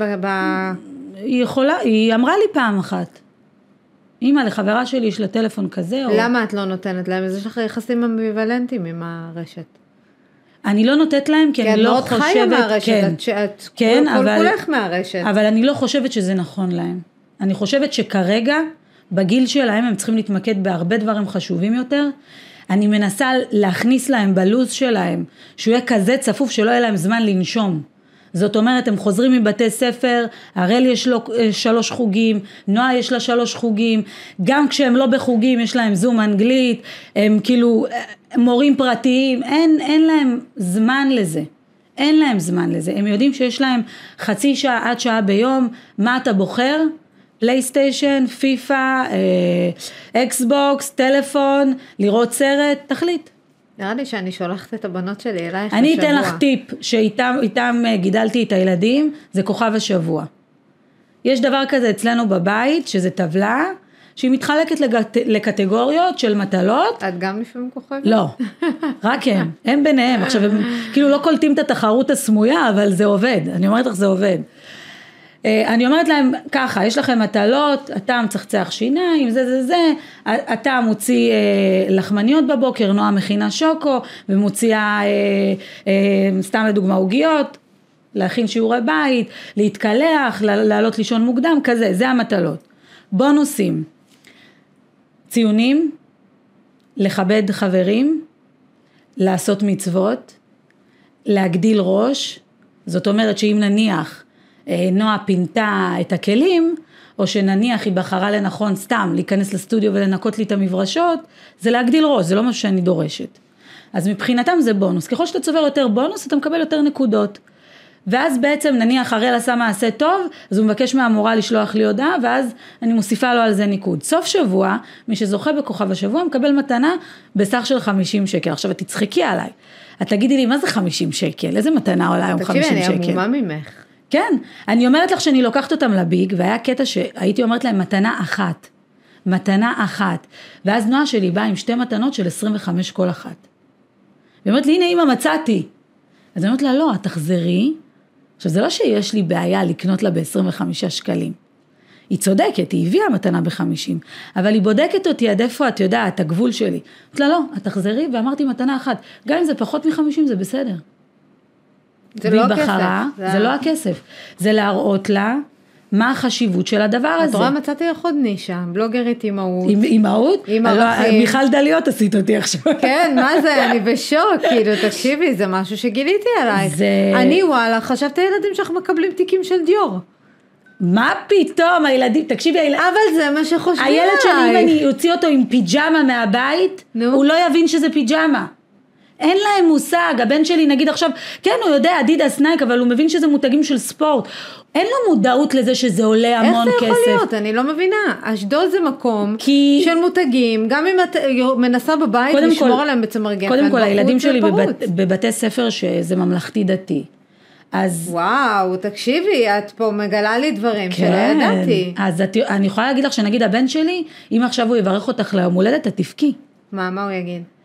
היא יכולה, היא אמרה לי פעם אחת. אמא, לחברה שלי יש לה טלפון כזה. למה את לא נותנת להם? יש לך יחסים אמביוולנטיים עם הרשת. אני לא נותנת להם, כי אני לא חושבת, חיה מהרשת, את כן, כל כולך מהרשת. אבל אני לא חושבת שזה נכון להם. אני חושבת שכרגע, בגיל שלהם, הם צריכים להתמקד בהרבה דברים חשובים יותר. אני מנסה להכניס להם בלוז שלהם, שהוא יהיה כזה צפוף שלא יהיה להם זמן לנשום. זאת אומרת, הם חוזרים מבתי ספר, הראל יש לו 3 חוגים, נועה יש לה 3 חוגים, גם כשהם לא בחוגים, יש להם זום אנגלית, הם כאילו מורים פרטיים, אין להם זמן לזה. אין להם זמן לזה. הם יודעים שיש להם חצי שעה עד שעה ביום, מה אתה בוחר? פלייסטיישן, פיפה, אקסבוקס, טלפון, לראות סרט, תחליט. נראה לי שאני שולחת את הבנות שלי אלייך בשבוע. אני אתן לך טיפ שאיתם גידלתי את הילדים, זה כוכב השבוע. יש דבר כזה אצלנו בבית, שזה טבלה, שהיא מתחלקת לקטגוריות של מטלות. את גם לפעמים כוכבת? לא, רק הם ביניהם. עכשיו הם כאילו לא קולטים את התחרות הסמויה, אבל זה עובד, אני אומרת לך זה עובד. אני אומרת להם ככה, יש לכם מטלות, אתה מצחצח שיניים, זה, אתה מוציא לחמניות בבוקר, נועה מכינה שוקו, ומוציאה סתם לדוגמה עוגיות, להכין שיעורי בית, להתקלח, לעלות לישון מוקדם, כזה, זה המטלות. בונוסים, ציונים, לכבד חברים, לעשות מצוות, להגדיל ראש, זאת אומרת שאם נניח, נועה פינתה את הכלים, או שנניח היא בחרה לנכון סתם להיכנס לסטודיו ולנקות לי את המברשות, זה להגדיל ראש, זה לא משהו שאני דורשת. אז מבחינתם זה בונוס. ככל שאתה צובר יותר בונוס, אתה מקבל יותר נקודות. ואז בעצם נניח הראל עשה מעשה טוב, אז הוא מבקש מהמורה לשלוח לי הודעה, ואז אני מוסיפה לו על זה ניקוד. סוף שבוע, מי שזוכה בכוכב השבוע, מקבל מתנה בסך של 50 שקל. עכשיו את תצחקי עליי. את תגידי לי, מה זה 50 שקל? איזה מתנה עולה היום 50 שקל? תקשיבי, אני עמומה ממך. כן, אני אומרת לך שאני לוקחת אותם לביג, והיה קטע שהייתי אומרת להם מתנה אחת, ואז נועה שלי באה עם 2 מתנות של 25 כל אחת. והיא אומרת לי, הנה אמא מצאתי. אז אני אומרת לה, לא, את תחזרי. עכשיו זה לא שיש לי בעיה לקנות לה ב-25 שקלים. היא צודקת, היא הביאה מתנה ב-50, אבל היא בודקת אותי עד איפה את יודעת, הגבול שלי. אמרת לה, לא, את תחזרי, ואמרתי מתנה אחת. גם אם זה פחות מ-50 זה בסדר. זה לא הכסף. זה לא הכסף. זה להראות לה מה החשיבות של הדבר הזה. את רואה, מצאתי לך עוד נישה, בלוגרית אימהות. אימהות? עם ערכים. מיכל דליות עשית אותי עכשיו. כן, מה זה? אני בשוק, כאילו, תקשיבי, זה משהו שגיליתי עלייך. אני וואלה, חשבתי הילדים שלך מקבלים תיקים של דיור. מה פתאום, הילדים, תקשיבי, אבל זה מה שחושבים עלייך. הילד שלי, אם אני אוציא אותו עם פיג'מה מהבית, הוא לא יבין שזה פיג'מה. אין להם מושג, הבן שלי נגיד עכשיו, כן הוא יודע אדידס נייק, אבל הוא מבין שזה מותגים של ספורט, אין לו מודעות לזה שזה עולה המון כסף. איך זה יכול להיות? אני לא מבינה, אשדוד זה מקום של מותגים, גם אם את מנסה בבית לשמור עליהם בצמר גפן. קודם כל הילדים שלי בבתי ספר שזה ממלכתי דתי. אז וואו, תקשיבי, את פה מגלה לי דברים שלא ידעתי. אז אני יכולה להגיד לך שנגיד הבן שלי, אם עכשיו הוא יברך אותך ליום הולדת, את תפקי. מה הוא יגיד?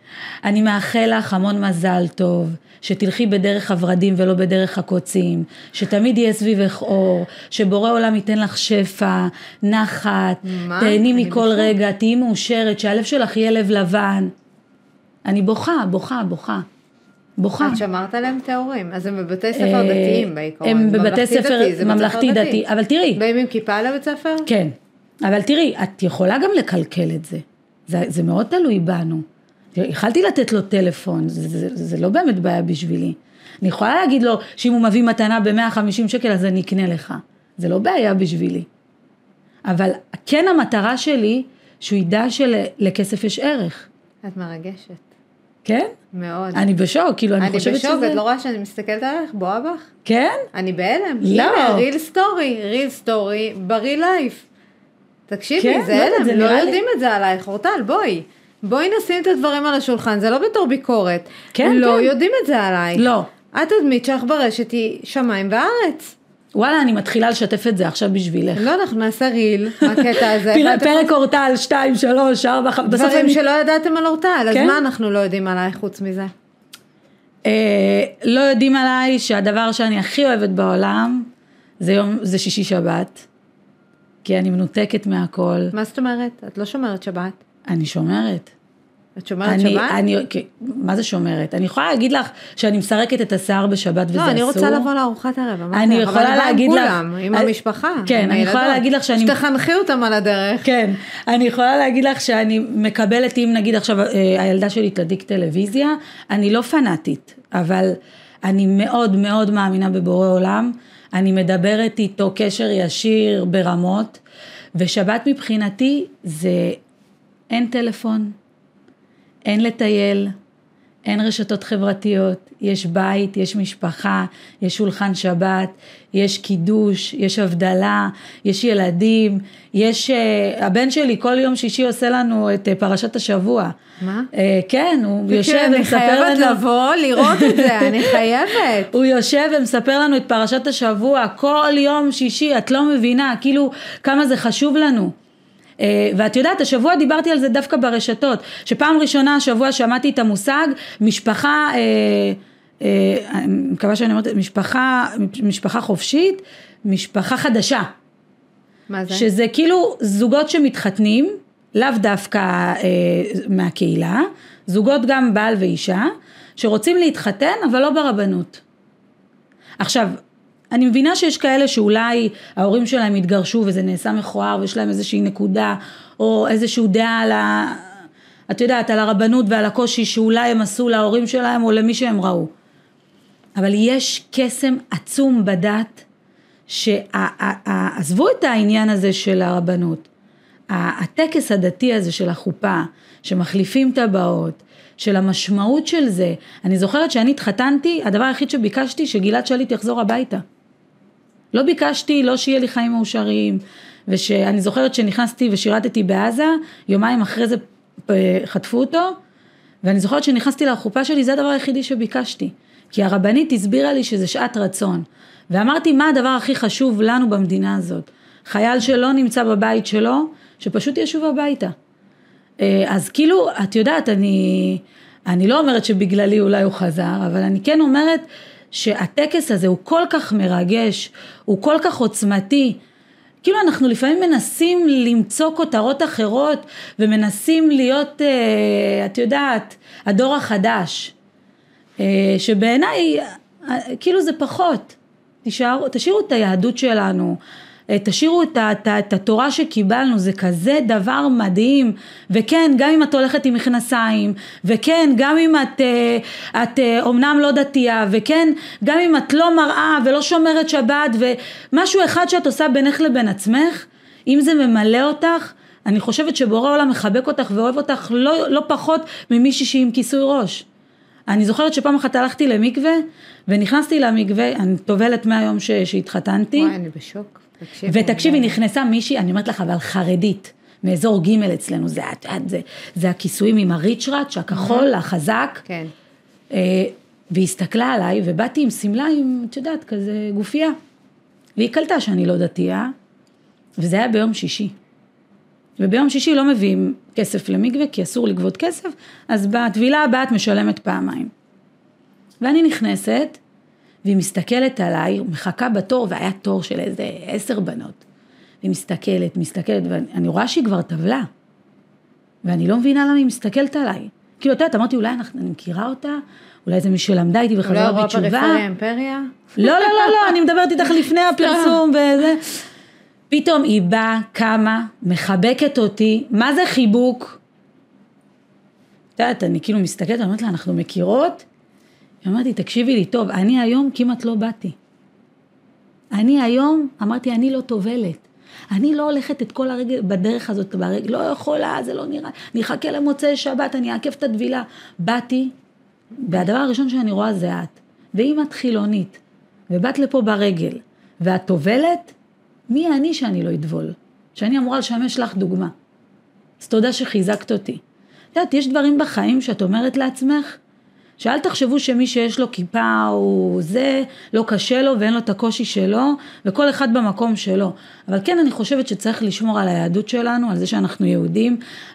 אני מאחל לך המון מזל טוב, שתלכי בדרך הורדים ולא בדרך הקוצים, שתמיד יהיה סביבך אור, שבורא עולם ייתן לך שפע, נחת, תהני מכל רגע, תהיי מאושרת, שהלב שלך יהיה לב לבן. אני בוכה. את שמרת עליהם תיאורים, אז הם בבתי ספר דתיים בעיקרון. הם בבתי ספר ממלכתי דתי, אבל תראי. באים עם כיפה לבית ספר? כן, אבל תראי, את יכולה גם לקלקל את זה. זה מאוד תלוי בנו. יכלתי לתת לו טלפון, זה לא באמת בעיה בשבילי. אני יכולה להגיד לו שאם הוא מביא מתנה ב-150 שקל, אז אני אקנה לך. זה לא בעיה בשבילי. אבל כן המטרה שלי, שהוא ידע שלכסף יש ערך. את מרגשת. כן? מאוד. אני בשוק, כאילו אני חושבת שזה... אני בשוק, את לא רואה שאני מסתכלת עליך, בואה בך? כן? אני בהלם. לא. הנה, ריל סטורי, ברי לייף. תקשיבי, זה הלם, לא יודעים את זה עלייך, אורטל, בואי נשים את הדברים על השולחן, זה לא בתור ביקורת. כן, לא כן. יודעים את זה עלייך. לא. את תדמית שלך ברשת היא שמיים וארץ. וואלה, אני מתחילה לשתף את זה עכשיו בשבילך. לא, אנחנו נעשה ריל, הקטע הזה. פרק אורטל, 2, 3, 4, 5. דברים שלא ידעתם על אורטל, אז מה אנחנו לא יודעים עלייך חוץ מזה? לא יודעים עליי שהדבר שאני הכי אוהבת בעולם, זה שישי שבת. כי אני מנותקת מהכל. מה זאת אומרת? את לא שומרת שבת? אני שומרת. את שומרת שבת? מה זה שומרת? אני יכולה להגיד לך שאני מסרקת את השיער בשבת וזה אסור. לא, אני רוצה לבוא לארוחת ערב. אני יכולה להגיד לך... עם המשפחה, כן, אני יכולה להגיד לך שאני... שתחנכי אותם על הדרך. כן, אני יכולה להגיד לך שאני מקבלת, אם נגיד עכשיו הילדה שלי תדליק טלוויזיה, אני לא פנאטית, אבל אני מאוד מאוד מאמינה בבורא עולם, אני מדברת איתו קשר ישיר ברמות, ושבת מבחינתי זה אין טלפון, אין לטייל, אין רשתות חברתיות, יש בית, יש משפחה, יש שולחן שבת, יש קידוש, יש הבדלה, יש ילדים, יש, הבן שלי כל יום שישי עושה לנו את פרשת השבוע. מה? כן, הוא יושב ומספר לנו. אני חייבת לבוא, לראות את זה, אני חייבת. הוא יושב ומספר לנו את פרשת השבוע, כל יום שישי, את לא מבינה, כאילו כמה זה חשוב לנו. ואת יודעת, השבוע דיברתי על זה דווקא ברשתות, שפעם ראשונה השבוע שמעתי את המושג, משפחה, מקווה שאני אומרת, משפחה חופשית, משפחה חדשה. מה זה? שזה כאילו זוגות שמתחתנים, לאו דווקא מהקהילה, זוגות גם בעל ואישה, שרוצים להתחתן, אבל לא ברבנות. עכשיו, אני מבינה שיש כאלה שאולי ההורים שלהם התגרשו וזה נעשה מכוער ויש להם איזושהי נקודה או איזושהי דעה על את יודעת, על הרבנות ועל הקושי שאולי הם עשו להורים שלהם או למי שהם ראו. אבל יש קסם עצום בדת שעזבו את העניין הזה של הרבנות. הטקס הדתי הזה של החופה, שמחליפים טבעות, של המשמעות של זה. אני זוכרת שאני התחתנתי, הדבר היחיד שביקשתי שגלעד שליט יחזור הביתה. לא ביקשתי, לא שיהיה לי חיים מאושרים, ושאני זוכרת שנכנסתי ושירתתי בעזה, יומיים אחרי זה חטפו אותו, ואני זוכרת שנכנסתי לחופה שלי, זה הדבר היחידי שביקשתי. כי הרבנית הסבירה לי שזה שעת רצון. ואמרתי, מה הדבר הכי חשוב לנו במדינה הזאת? חייל שלא נמצא בבית שלו, שפשוט ישוב הביתה. אז כאילו, את יודעת, אני לא אומרת שבגללי אולי הוא חזר, אבל אני כן אומרת שהטקס הזה הוא כל כך מרגש, הוא כל כך עוצמתי, כאילו אנחנו לפעמים מנסים למצוא כותרות אחרות, ומנסים להיות, את יודעת, הדור החדש, שבעיניי, כאילו זה פחות, תשאירו את היהדות שלנו, תשאירו את התורה שקיבלנו, זה כזה דבר מדהים, וכן, גם אם את הולכת עם מכנסיים, וכן, גם אם את אומנם לא דתייה, וכן, גם אם את לא מראה ולא שומרת שבת, ומשהו אחד שאת עושה בינך לבין עצמך, אם זה ממלא אותך, אני חושבת שבורא עולם מחבק אותך ואוהב אותך לא פחות ממישהי שהיא עם כיסוי ראש. אני זוכרת שפעם אחת הלכתי למקווה, ונכנסתי למקווה, אני טובלת מהיום שהתחתנתי. וואי, אני בשוק. ותקשיבי, נכנסה מישהי, אני אומרת לך, אבל חרדית, מאזור ג' אצלנו, זה הכיסויים עם הריצ'רץ', הכחול, החזק. כן. והיא הסתכלה עליי, ובאתי עם סמלה, עם, את יודעת, כזה גופייה. והיא קלטה שאני לא דתייה, וזה היה ביום שישי. וביום שישי לא מביאים כסף למקווה, כי אסור לגבות כסף, אז בטבילה הבאה את משלמת פעמיים. ואני נכנסת, והיא מסתכלת עליי, מחכה בתור, והיה תור של איזה 10 בנות. והיא מסתכלת, ואני רואה שהיא כבר טבלה. ואני לא מבינה למה היא מסתכלת עליי. כאילו, אמרתי, אולי אני מכירה אותה, אולי זה מי שלמדה איתי וחזרה בתשובה. אולי פריפריה אימפריה? לא, אני מדברת איתך לפני הפרסום וזה. פתאום היא באה, קמה, מחבקת אותי, מה זה חיבוק? אני כאילו מסתכלת, אני אומרת לה, אנחנו מכירות? היא אמרתי, תקשיבי לי טוב, אני היום כמעט לא באתי. אני היום, אמרתי, אני לא טובלת. אני לא הולכת את כל הרגל בדרך הזאת, לא יכולה, זה לא נראה, אני אחכה למוצאי שבת, אני אעקף את הדבילה. באתי, והדבר הראשון שאני רואה זה את, ואם את חילונית, ובאת לפה ברגל, ואת טובלת, מי אני שאני לא אדבול? שאני אמורה לשמש לך דוגמה. אז תודה שחיזקת אותי. יש דברים בחיים שאת אומרת לעצמך, שאל תחשבו שמי שיש לו כיפה הוא זה, לא קשה לו ואין לו את הקושי שלו, וכל אחד במקום שלו. אבל כן, אני חושבת שצריך לשמור על היהדות שלנו, על זה שאנחנו יהודים,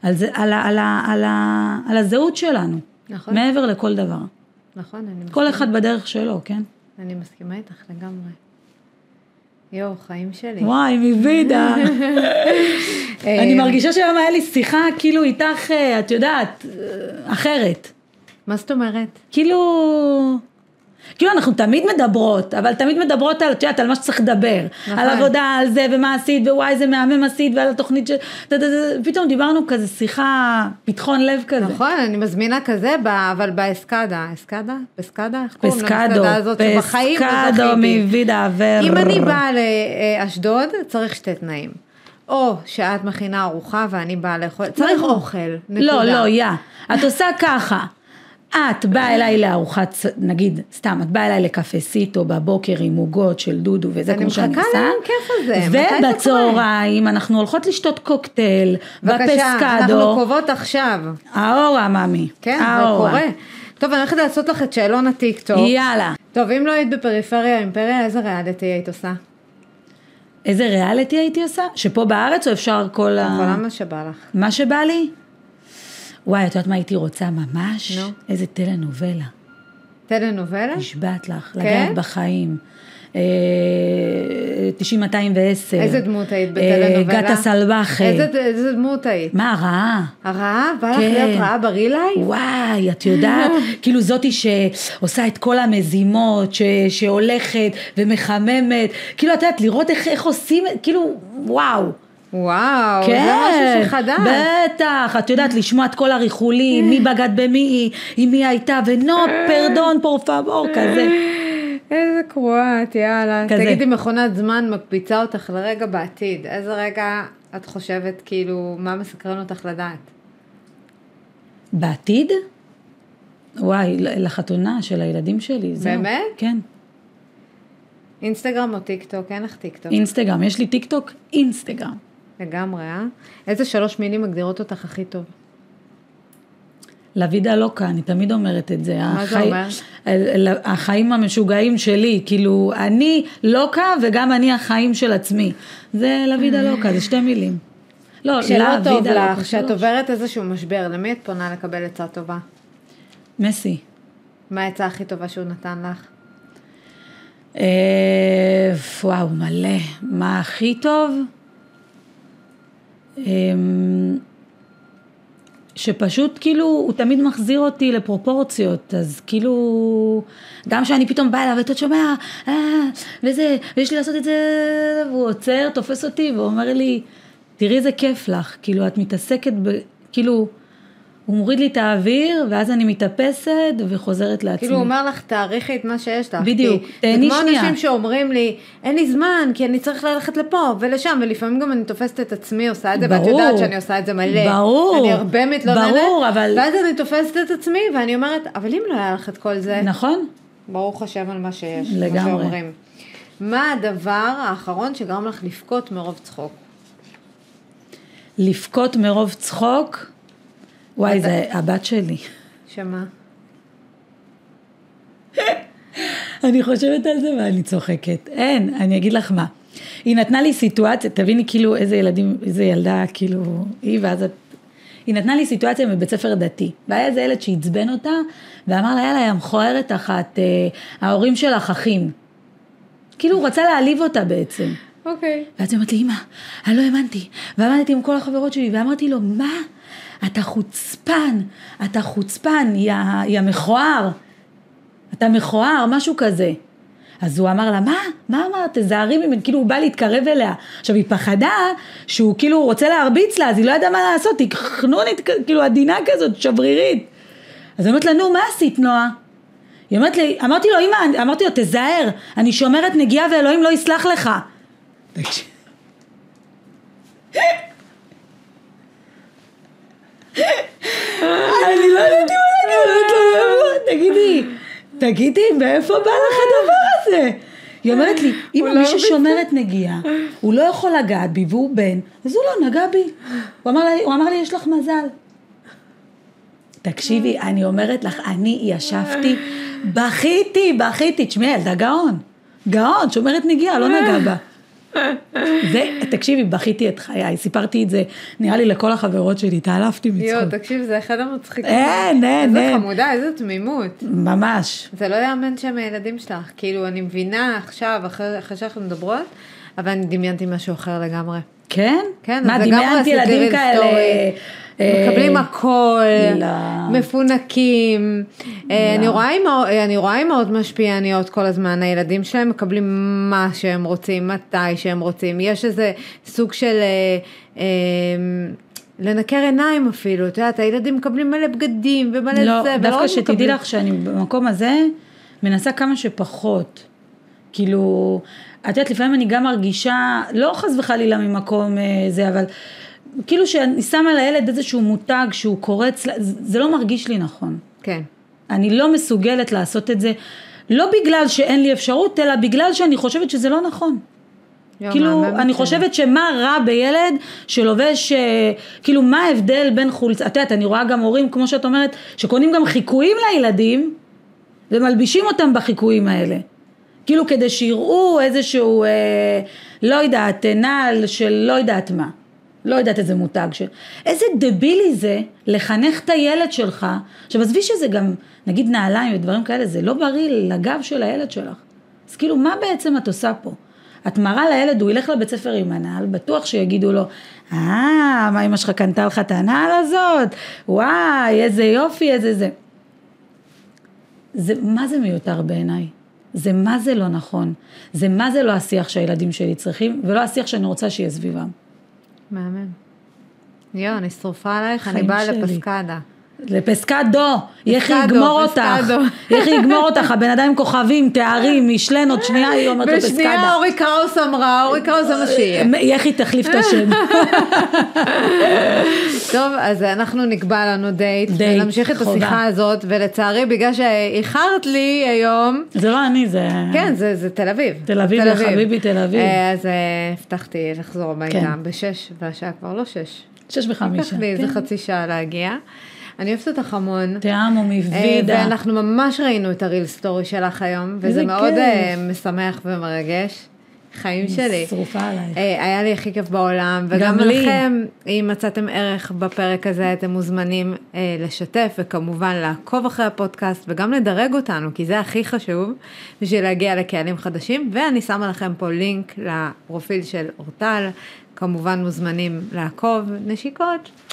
על הזהות שלנו. נכון. מעבר לכל דבר. נכון, אני מסכימה. כל אחד בדרך שלו, כן? אני מסכימה איתך לגמרי. יואו, חיים שלי. וואי, מבידה. אני מרגישה שהיום היה לי שיחה כאילו איתך, את יודעת, אחרת. מה זאת אומרת? כאילו אנחנו תמיד מדברות, אבל תמיד מדברות על מה שצריך לדבר. נכון. על עבודה, על זה, ומה עשית, ווואי, זה מהמם עשית, ועל התוכנית פתאום דיברנו כזה שיחה, פתחון לב כזה. נכון, אני מזמינה כזה, אבל באסקדה. בסקדה? פסקדו מוידה עבר. אם אני באה לאשדוד, צריך 2 תנאים. או שאת מכינה ארוחה ואני באה לאכול, צריך אוכל, נקודה. לא, את עושה ככה. את באה אליי לארוחת, נגיד, סתם, את באה אליי לקפסיטו בבוקר עם עוגות של דודו, וזה כמו שאני עושה. אני מחכה להם כיף הזה. ובצהריים אנחנו הולכות לשתות קוקטייל, בפסקדו. בבקשה, אנחנו קובעות עכשיו. האורה, ממי. כן, זה קורה. טוב, אני הולכת לעשות לך את שאלון הטיקטוק. יאללה. טוב, אם לא היית בפריפריה אימפריה, איזה ריאליטי היית עושה? איזה ריאליטי הייתי עושה? שפה בארץ או אפשר כל אבל מה שבא לך? מה שבא לי? וואי, את יודעת מה הייתי רוצה ממש? נו. איזה טלנובלה. טלנובלה? נשבעת לך, כן? לגעת בחיים. 90-210. איזה דמות היית בטלנובלה? גטה סלבחה. איזה דמות היית? מה, הרעה? הרעה? בא לך להיות רעה ברילייף? וואי, את יודעת, כאילו זאתי שעושה את כל המזימות, שהולכת ומחממת, כאילו את יודעת, לראות איך עושים, כאילו, וואו. וואו, כן, זה משהו שחדש. בטח, את יודעת, לשמוע את כל הריחולים, מי בגד במי, עם מי הייתה, ונו, פרדון, פורפאבור, כזה. איזה קרואט, יאללה. כזה. תגידי, מכונת זמן מקפיצה אותך לרגע בעתיד. איזה רגע את חושבת, כאילו, מה מסקרן אותך לדעת? בעתיד? וואי, לחתונה של הילדים שלי. באמת? כן. אינסטגרם או טיקטוק? אין לך טיקטוק. אינסטגרם, יש לי טיקטוק, אינסטגרם. לגמרי, איזה 3 מילים מגדירות אותך הכי טוב? לוידה לוקה, אני תמיד אומרת את זה. מה זה אומר? החיים המשוגעים שלי, כאילו, אני לוקה וגם אני החיים של עצמי. זה לוידה לוקה, זה 2 מילים. לא, כשלא טוב לך, כשאת עוברת איזשהו משבר, למי את פונה לקבל עצה טובה? מסי. מה העצה הכי טובה שהוא נתן לך? וואו, מלא. מה הכי טוב? שפשוט כאילו הוא תמיד מחזיר אותי לפרופורציות, אז כאילו גם שאני פתאום באה אליו ואתה שומע וזה, ויש לי לעשות את זה, והוא עוצר, תופס אותי ואומר לי, תראי זה כיף לך, כאילו את מתעסקת כאילו הוא מוריד לי את האוויר, ואז אני מתאפסת וחוזרת לעצמי. כאילו הוא אומר לך, תאריכי את מה שיש לך. בדיוק, תהני שנייה. זה כמו אנשים שאומרים לי, אין לי זמן, כי אני צריך ללכת לפה ולשם, ולפעמים גם אני תופסת את עצמי, עושה את זה, ואת יודעת שאני עושה את זה מלא. ברור. אני הרבה מתלוננת. ברור, אבל... ואז אני תופסת את עצמי, ואני אומרת, אבל אם לא היה לך את כל זה... נכון. ברוך השם על מה שיש. לגמרי. מה שאומרים. מה הדבר האחרון שגרם לך לבכות מרוב צחוק? לבכות מרוב צחוק? וואי, זה הבת שלי. שמה? אני חושבת על זה ואני צוחקת. אין, אני אגיד לך מה. היא נתנה לי סיטואציה, תביני כאילו איזה ילדים, איזה ילדה, כאילו, היא נתנה לי סיטואציה מבית ספר דתי, והיה איזה ילד שהצבן אותה, ואמר לה, יאללה, היא מכוערת אחת, ההורים שלך אחים. כאילו הוא רצה להעליב אותה בעצם. אוקיי. ואז היא אמרת לי, אמא, אני לא האמנתי, ועמדתי עם כל החברות שלי, ואמרתי לו, מה? אתה חוצפן, יא מכוער, אתה מכוער, משהו כזה. אז הוא אמר לה, מה אמרת? תזהרי ממנו, כאילו הוא בא להתקרב אליה. עכשיו היא פחדה שהוא כאילו רוצה להרביץ לה, אז היא לא ידעה מה לעשות, היא חנונית, כאילו עדינה כזאת, שברירית. אז אמרת לה, נו, מה עשית נועה? היא אומרת לי, אמרתי לו, אמא, אמרתי לו, תזהר, אני שומרת נגיעה ואלוהים לא יסלח לך. אני לא יודעתי מה להגיד, תגידי, מאיפה בא לך הדבר הזה? היא אומרת לי, אם מי ששומרת נגיעה, הוא לא יכול לגעת בי והוא בן, אז הוא לא נגע בי. הוא אמר לי, יש לך מזל. תקשיבי, אני אומרת לך, אני ישבתי, בכיתי, תשמעי, ילדה גאון, שומרת נגיעה, לא נגע בה. תקשיבי, בכיתי את חיי, סיפרתי את זה, נראה לי לכל החברות שלי, תעלפתי מצחוק. תקשיב, זה אחד המצחיקים. אין. איזה חמודה, איזה תמימות. ממש. זה לא יאמן שהם הילדים שלך, כאילו אני מבינה עכשיו, אחרי שאנחנו מדברות, אבל אני דמיינתי משהו אחר לגמרי. כן? כן, מה, דמיינתי ילדים כאלה? מקבלים הכל, מפונקים, אני רואה אימהות משפיעניות כל הזמן, הילדים שלהם מקבלים מה שהם רוצים, מתי שהם רוצים, יש איזה סוג של לנקר עיניים אפילו, את יודעת, הילדים מקבלים מלא בגדים ומלא זה, לא, דווקא שתדעי לך שאני במקום הזה מנסה כמה שפחות, כאילו, את יודעת, לפעמים אני גם מרגישה, לא חס וחלילה ממקום זה, אבל כאילו שאני שמה לילד איזשהו מותג שהוא קורץ, זה לא מרגיש לי נכון. כן. אני לא מסוגלת לעשות את זה, לא בגלל שאין לי אפשרות, אלא בגלל שאני חושבת שזה לא נכון. כאילו, אני חושבת שמה רע בילד שלובש, כאילו, מה ההבדל בין חולצה, את יודעת, אני רואה גם הורים, כמו שאת אומרת, שקונים גם חיקויים לילדים, ומלבישים אותם בחיקויים האלה. כאילו, כדי שיראו איזשהו, לא יודעת, נעל של לא יודעת מה. לא יודעת איזה מותג של, איזה דבילי זה לחנך את הילד שלך, עכשיו עזבי שזה גם, נגיד נעליים ודברים כאלה, זה לא בריא לגב של הילד שלך, אז כאילו מה בעצם את עושה פה? את מראה לילד, הוא ילך לבית ספר עם הנעל, בטוח שיגידו לו, מה אמא שלך קנתה לך את הנעל הזאת? וואי, איזה יופי, איזה זה. מה זה מיותר בעיניי? זה מה זה לא נכון, זה מה זה לא השיח שהילדים שלי צריכים, ולא השיח שאני רוצה שיהיה סביבם. מאמן. אני שרופה עלייך, אני באה לפסקדה. לפסקדו, יחי יגמור אותך, הבן אדם עם כוכבים, תארים, משלן עוד שנייה, היא אומרת לפסקדה. בשנייה אורי קראוס אמרה, אורי קראוס זה מה שיהיה. יחי תחליף את השם. טוב, אז אנחנו נקבע לנו דייט, ונמשיך את השיחה הזאת, ולצערי בגלל שאיחרת לי היום. זה לא אני, זה... כן, זה תל אביב. תל אביב, חביבי תל אביב. אז הבטחתי לחזור הביתה בשש, והשעה כבר לא 6. 6:05. לקח לי איזה חצי שעה להגיע. אני אוהבת אותך המון. תאמו מוידה. ואנחנו ממש ראינו את הריל סטורי שלך היום, וזה מאוד משמח ומרגש. חיים שלי. שרופה עליי. היה לי הכי כיף בעולם, וגם לכם, אם מצאתם ערך בפרק הזה, אתם מוזמנים לשתף, וכמובן לעקוב אחרי הפודקאסט, וגם לדרג אותנו, כי זה הכי חשוב, בשביל להגיע לקהלים חדשים, ואני שמה לכם פה לינק לפרופיל של אורטל, כמובן מוזמנים לעקוב, נשיקות.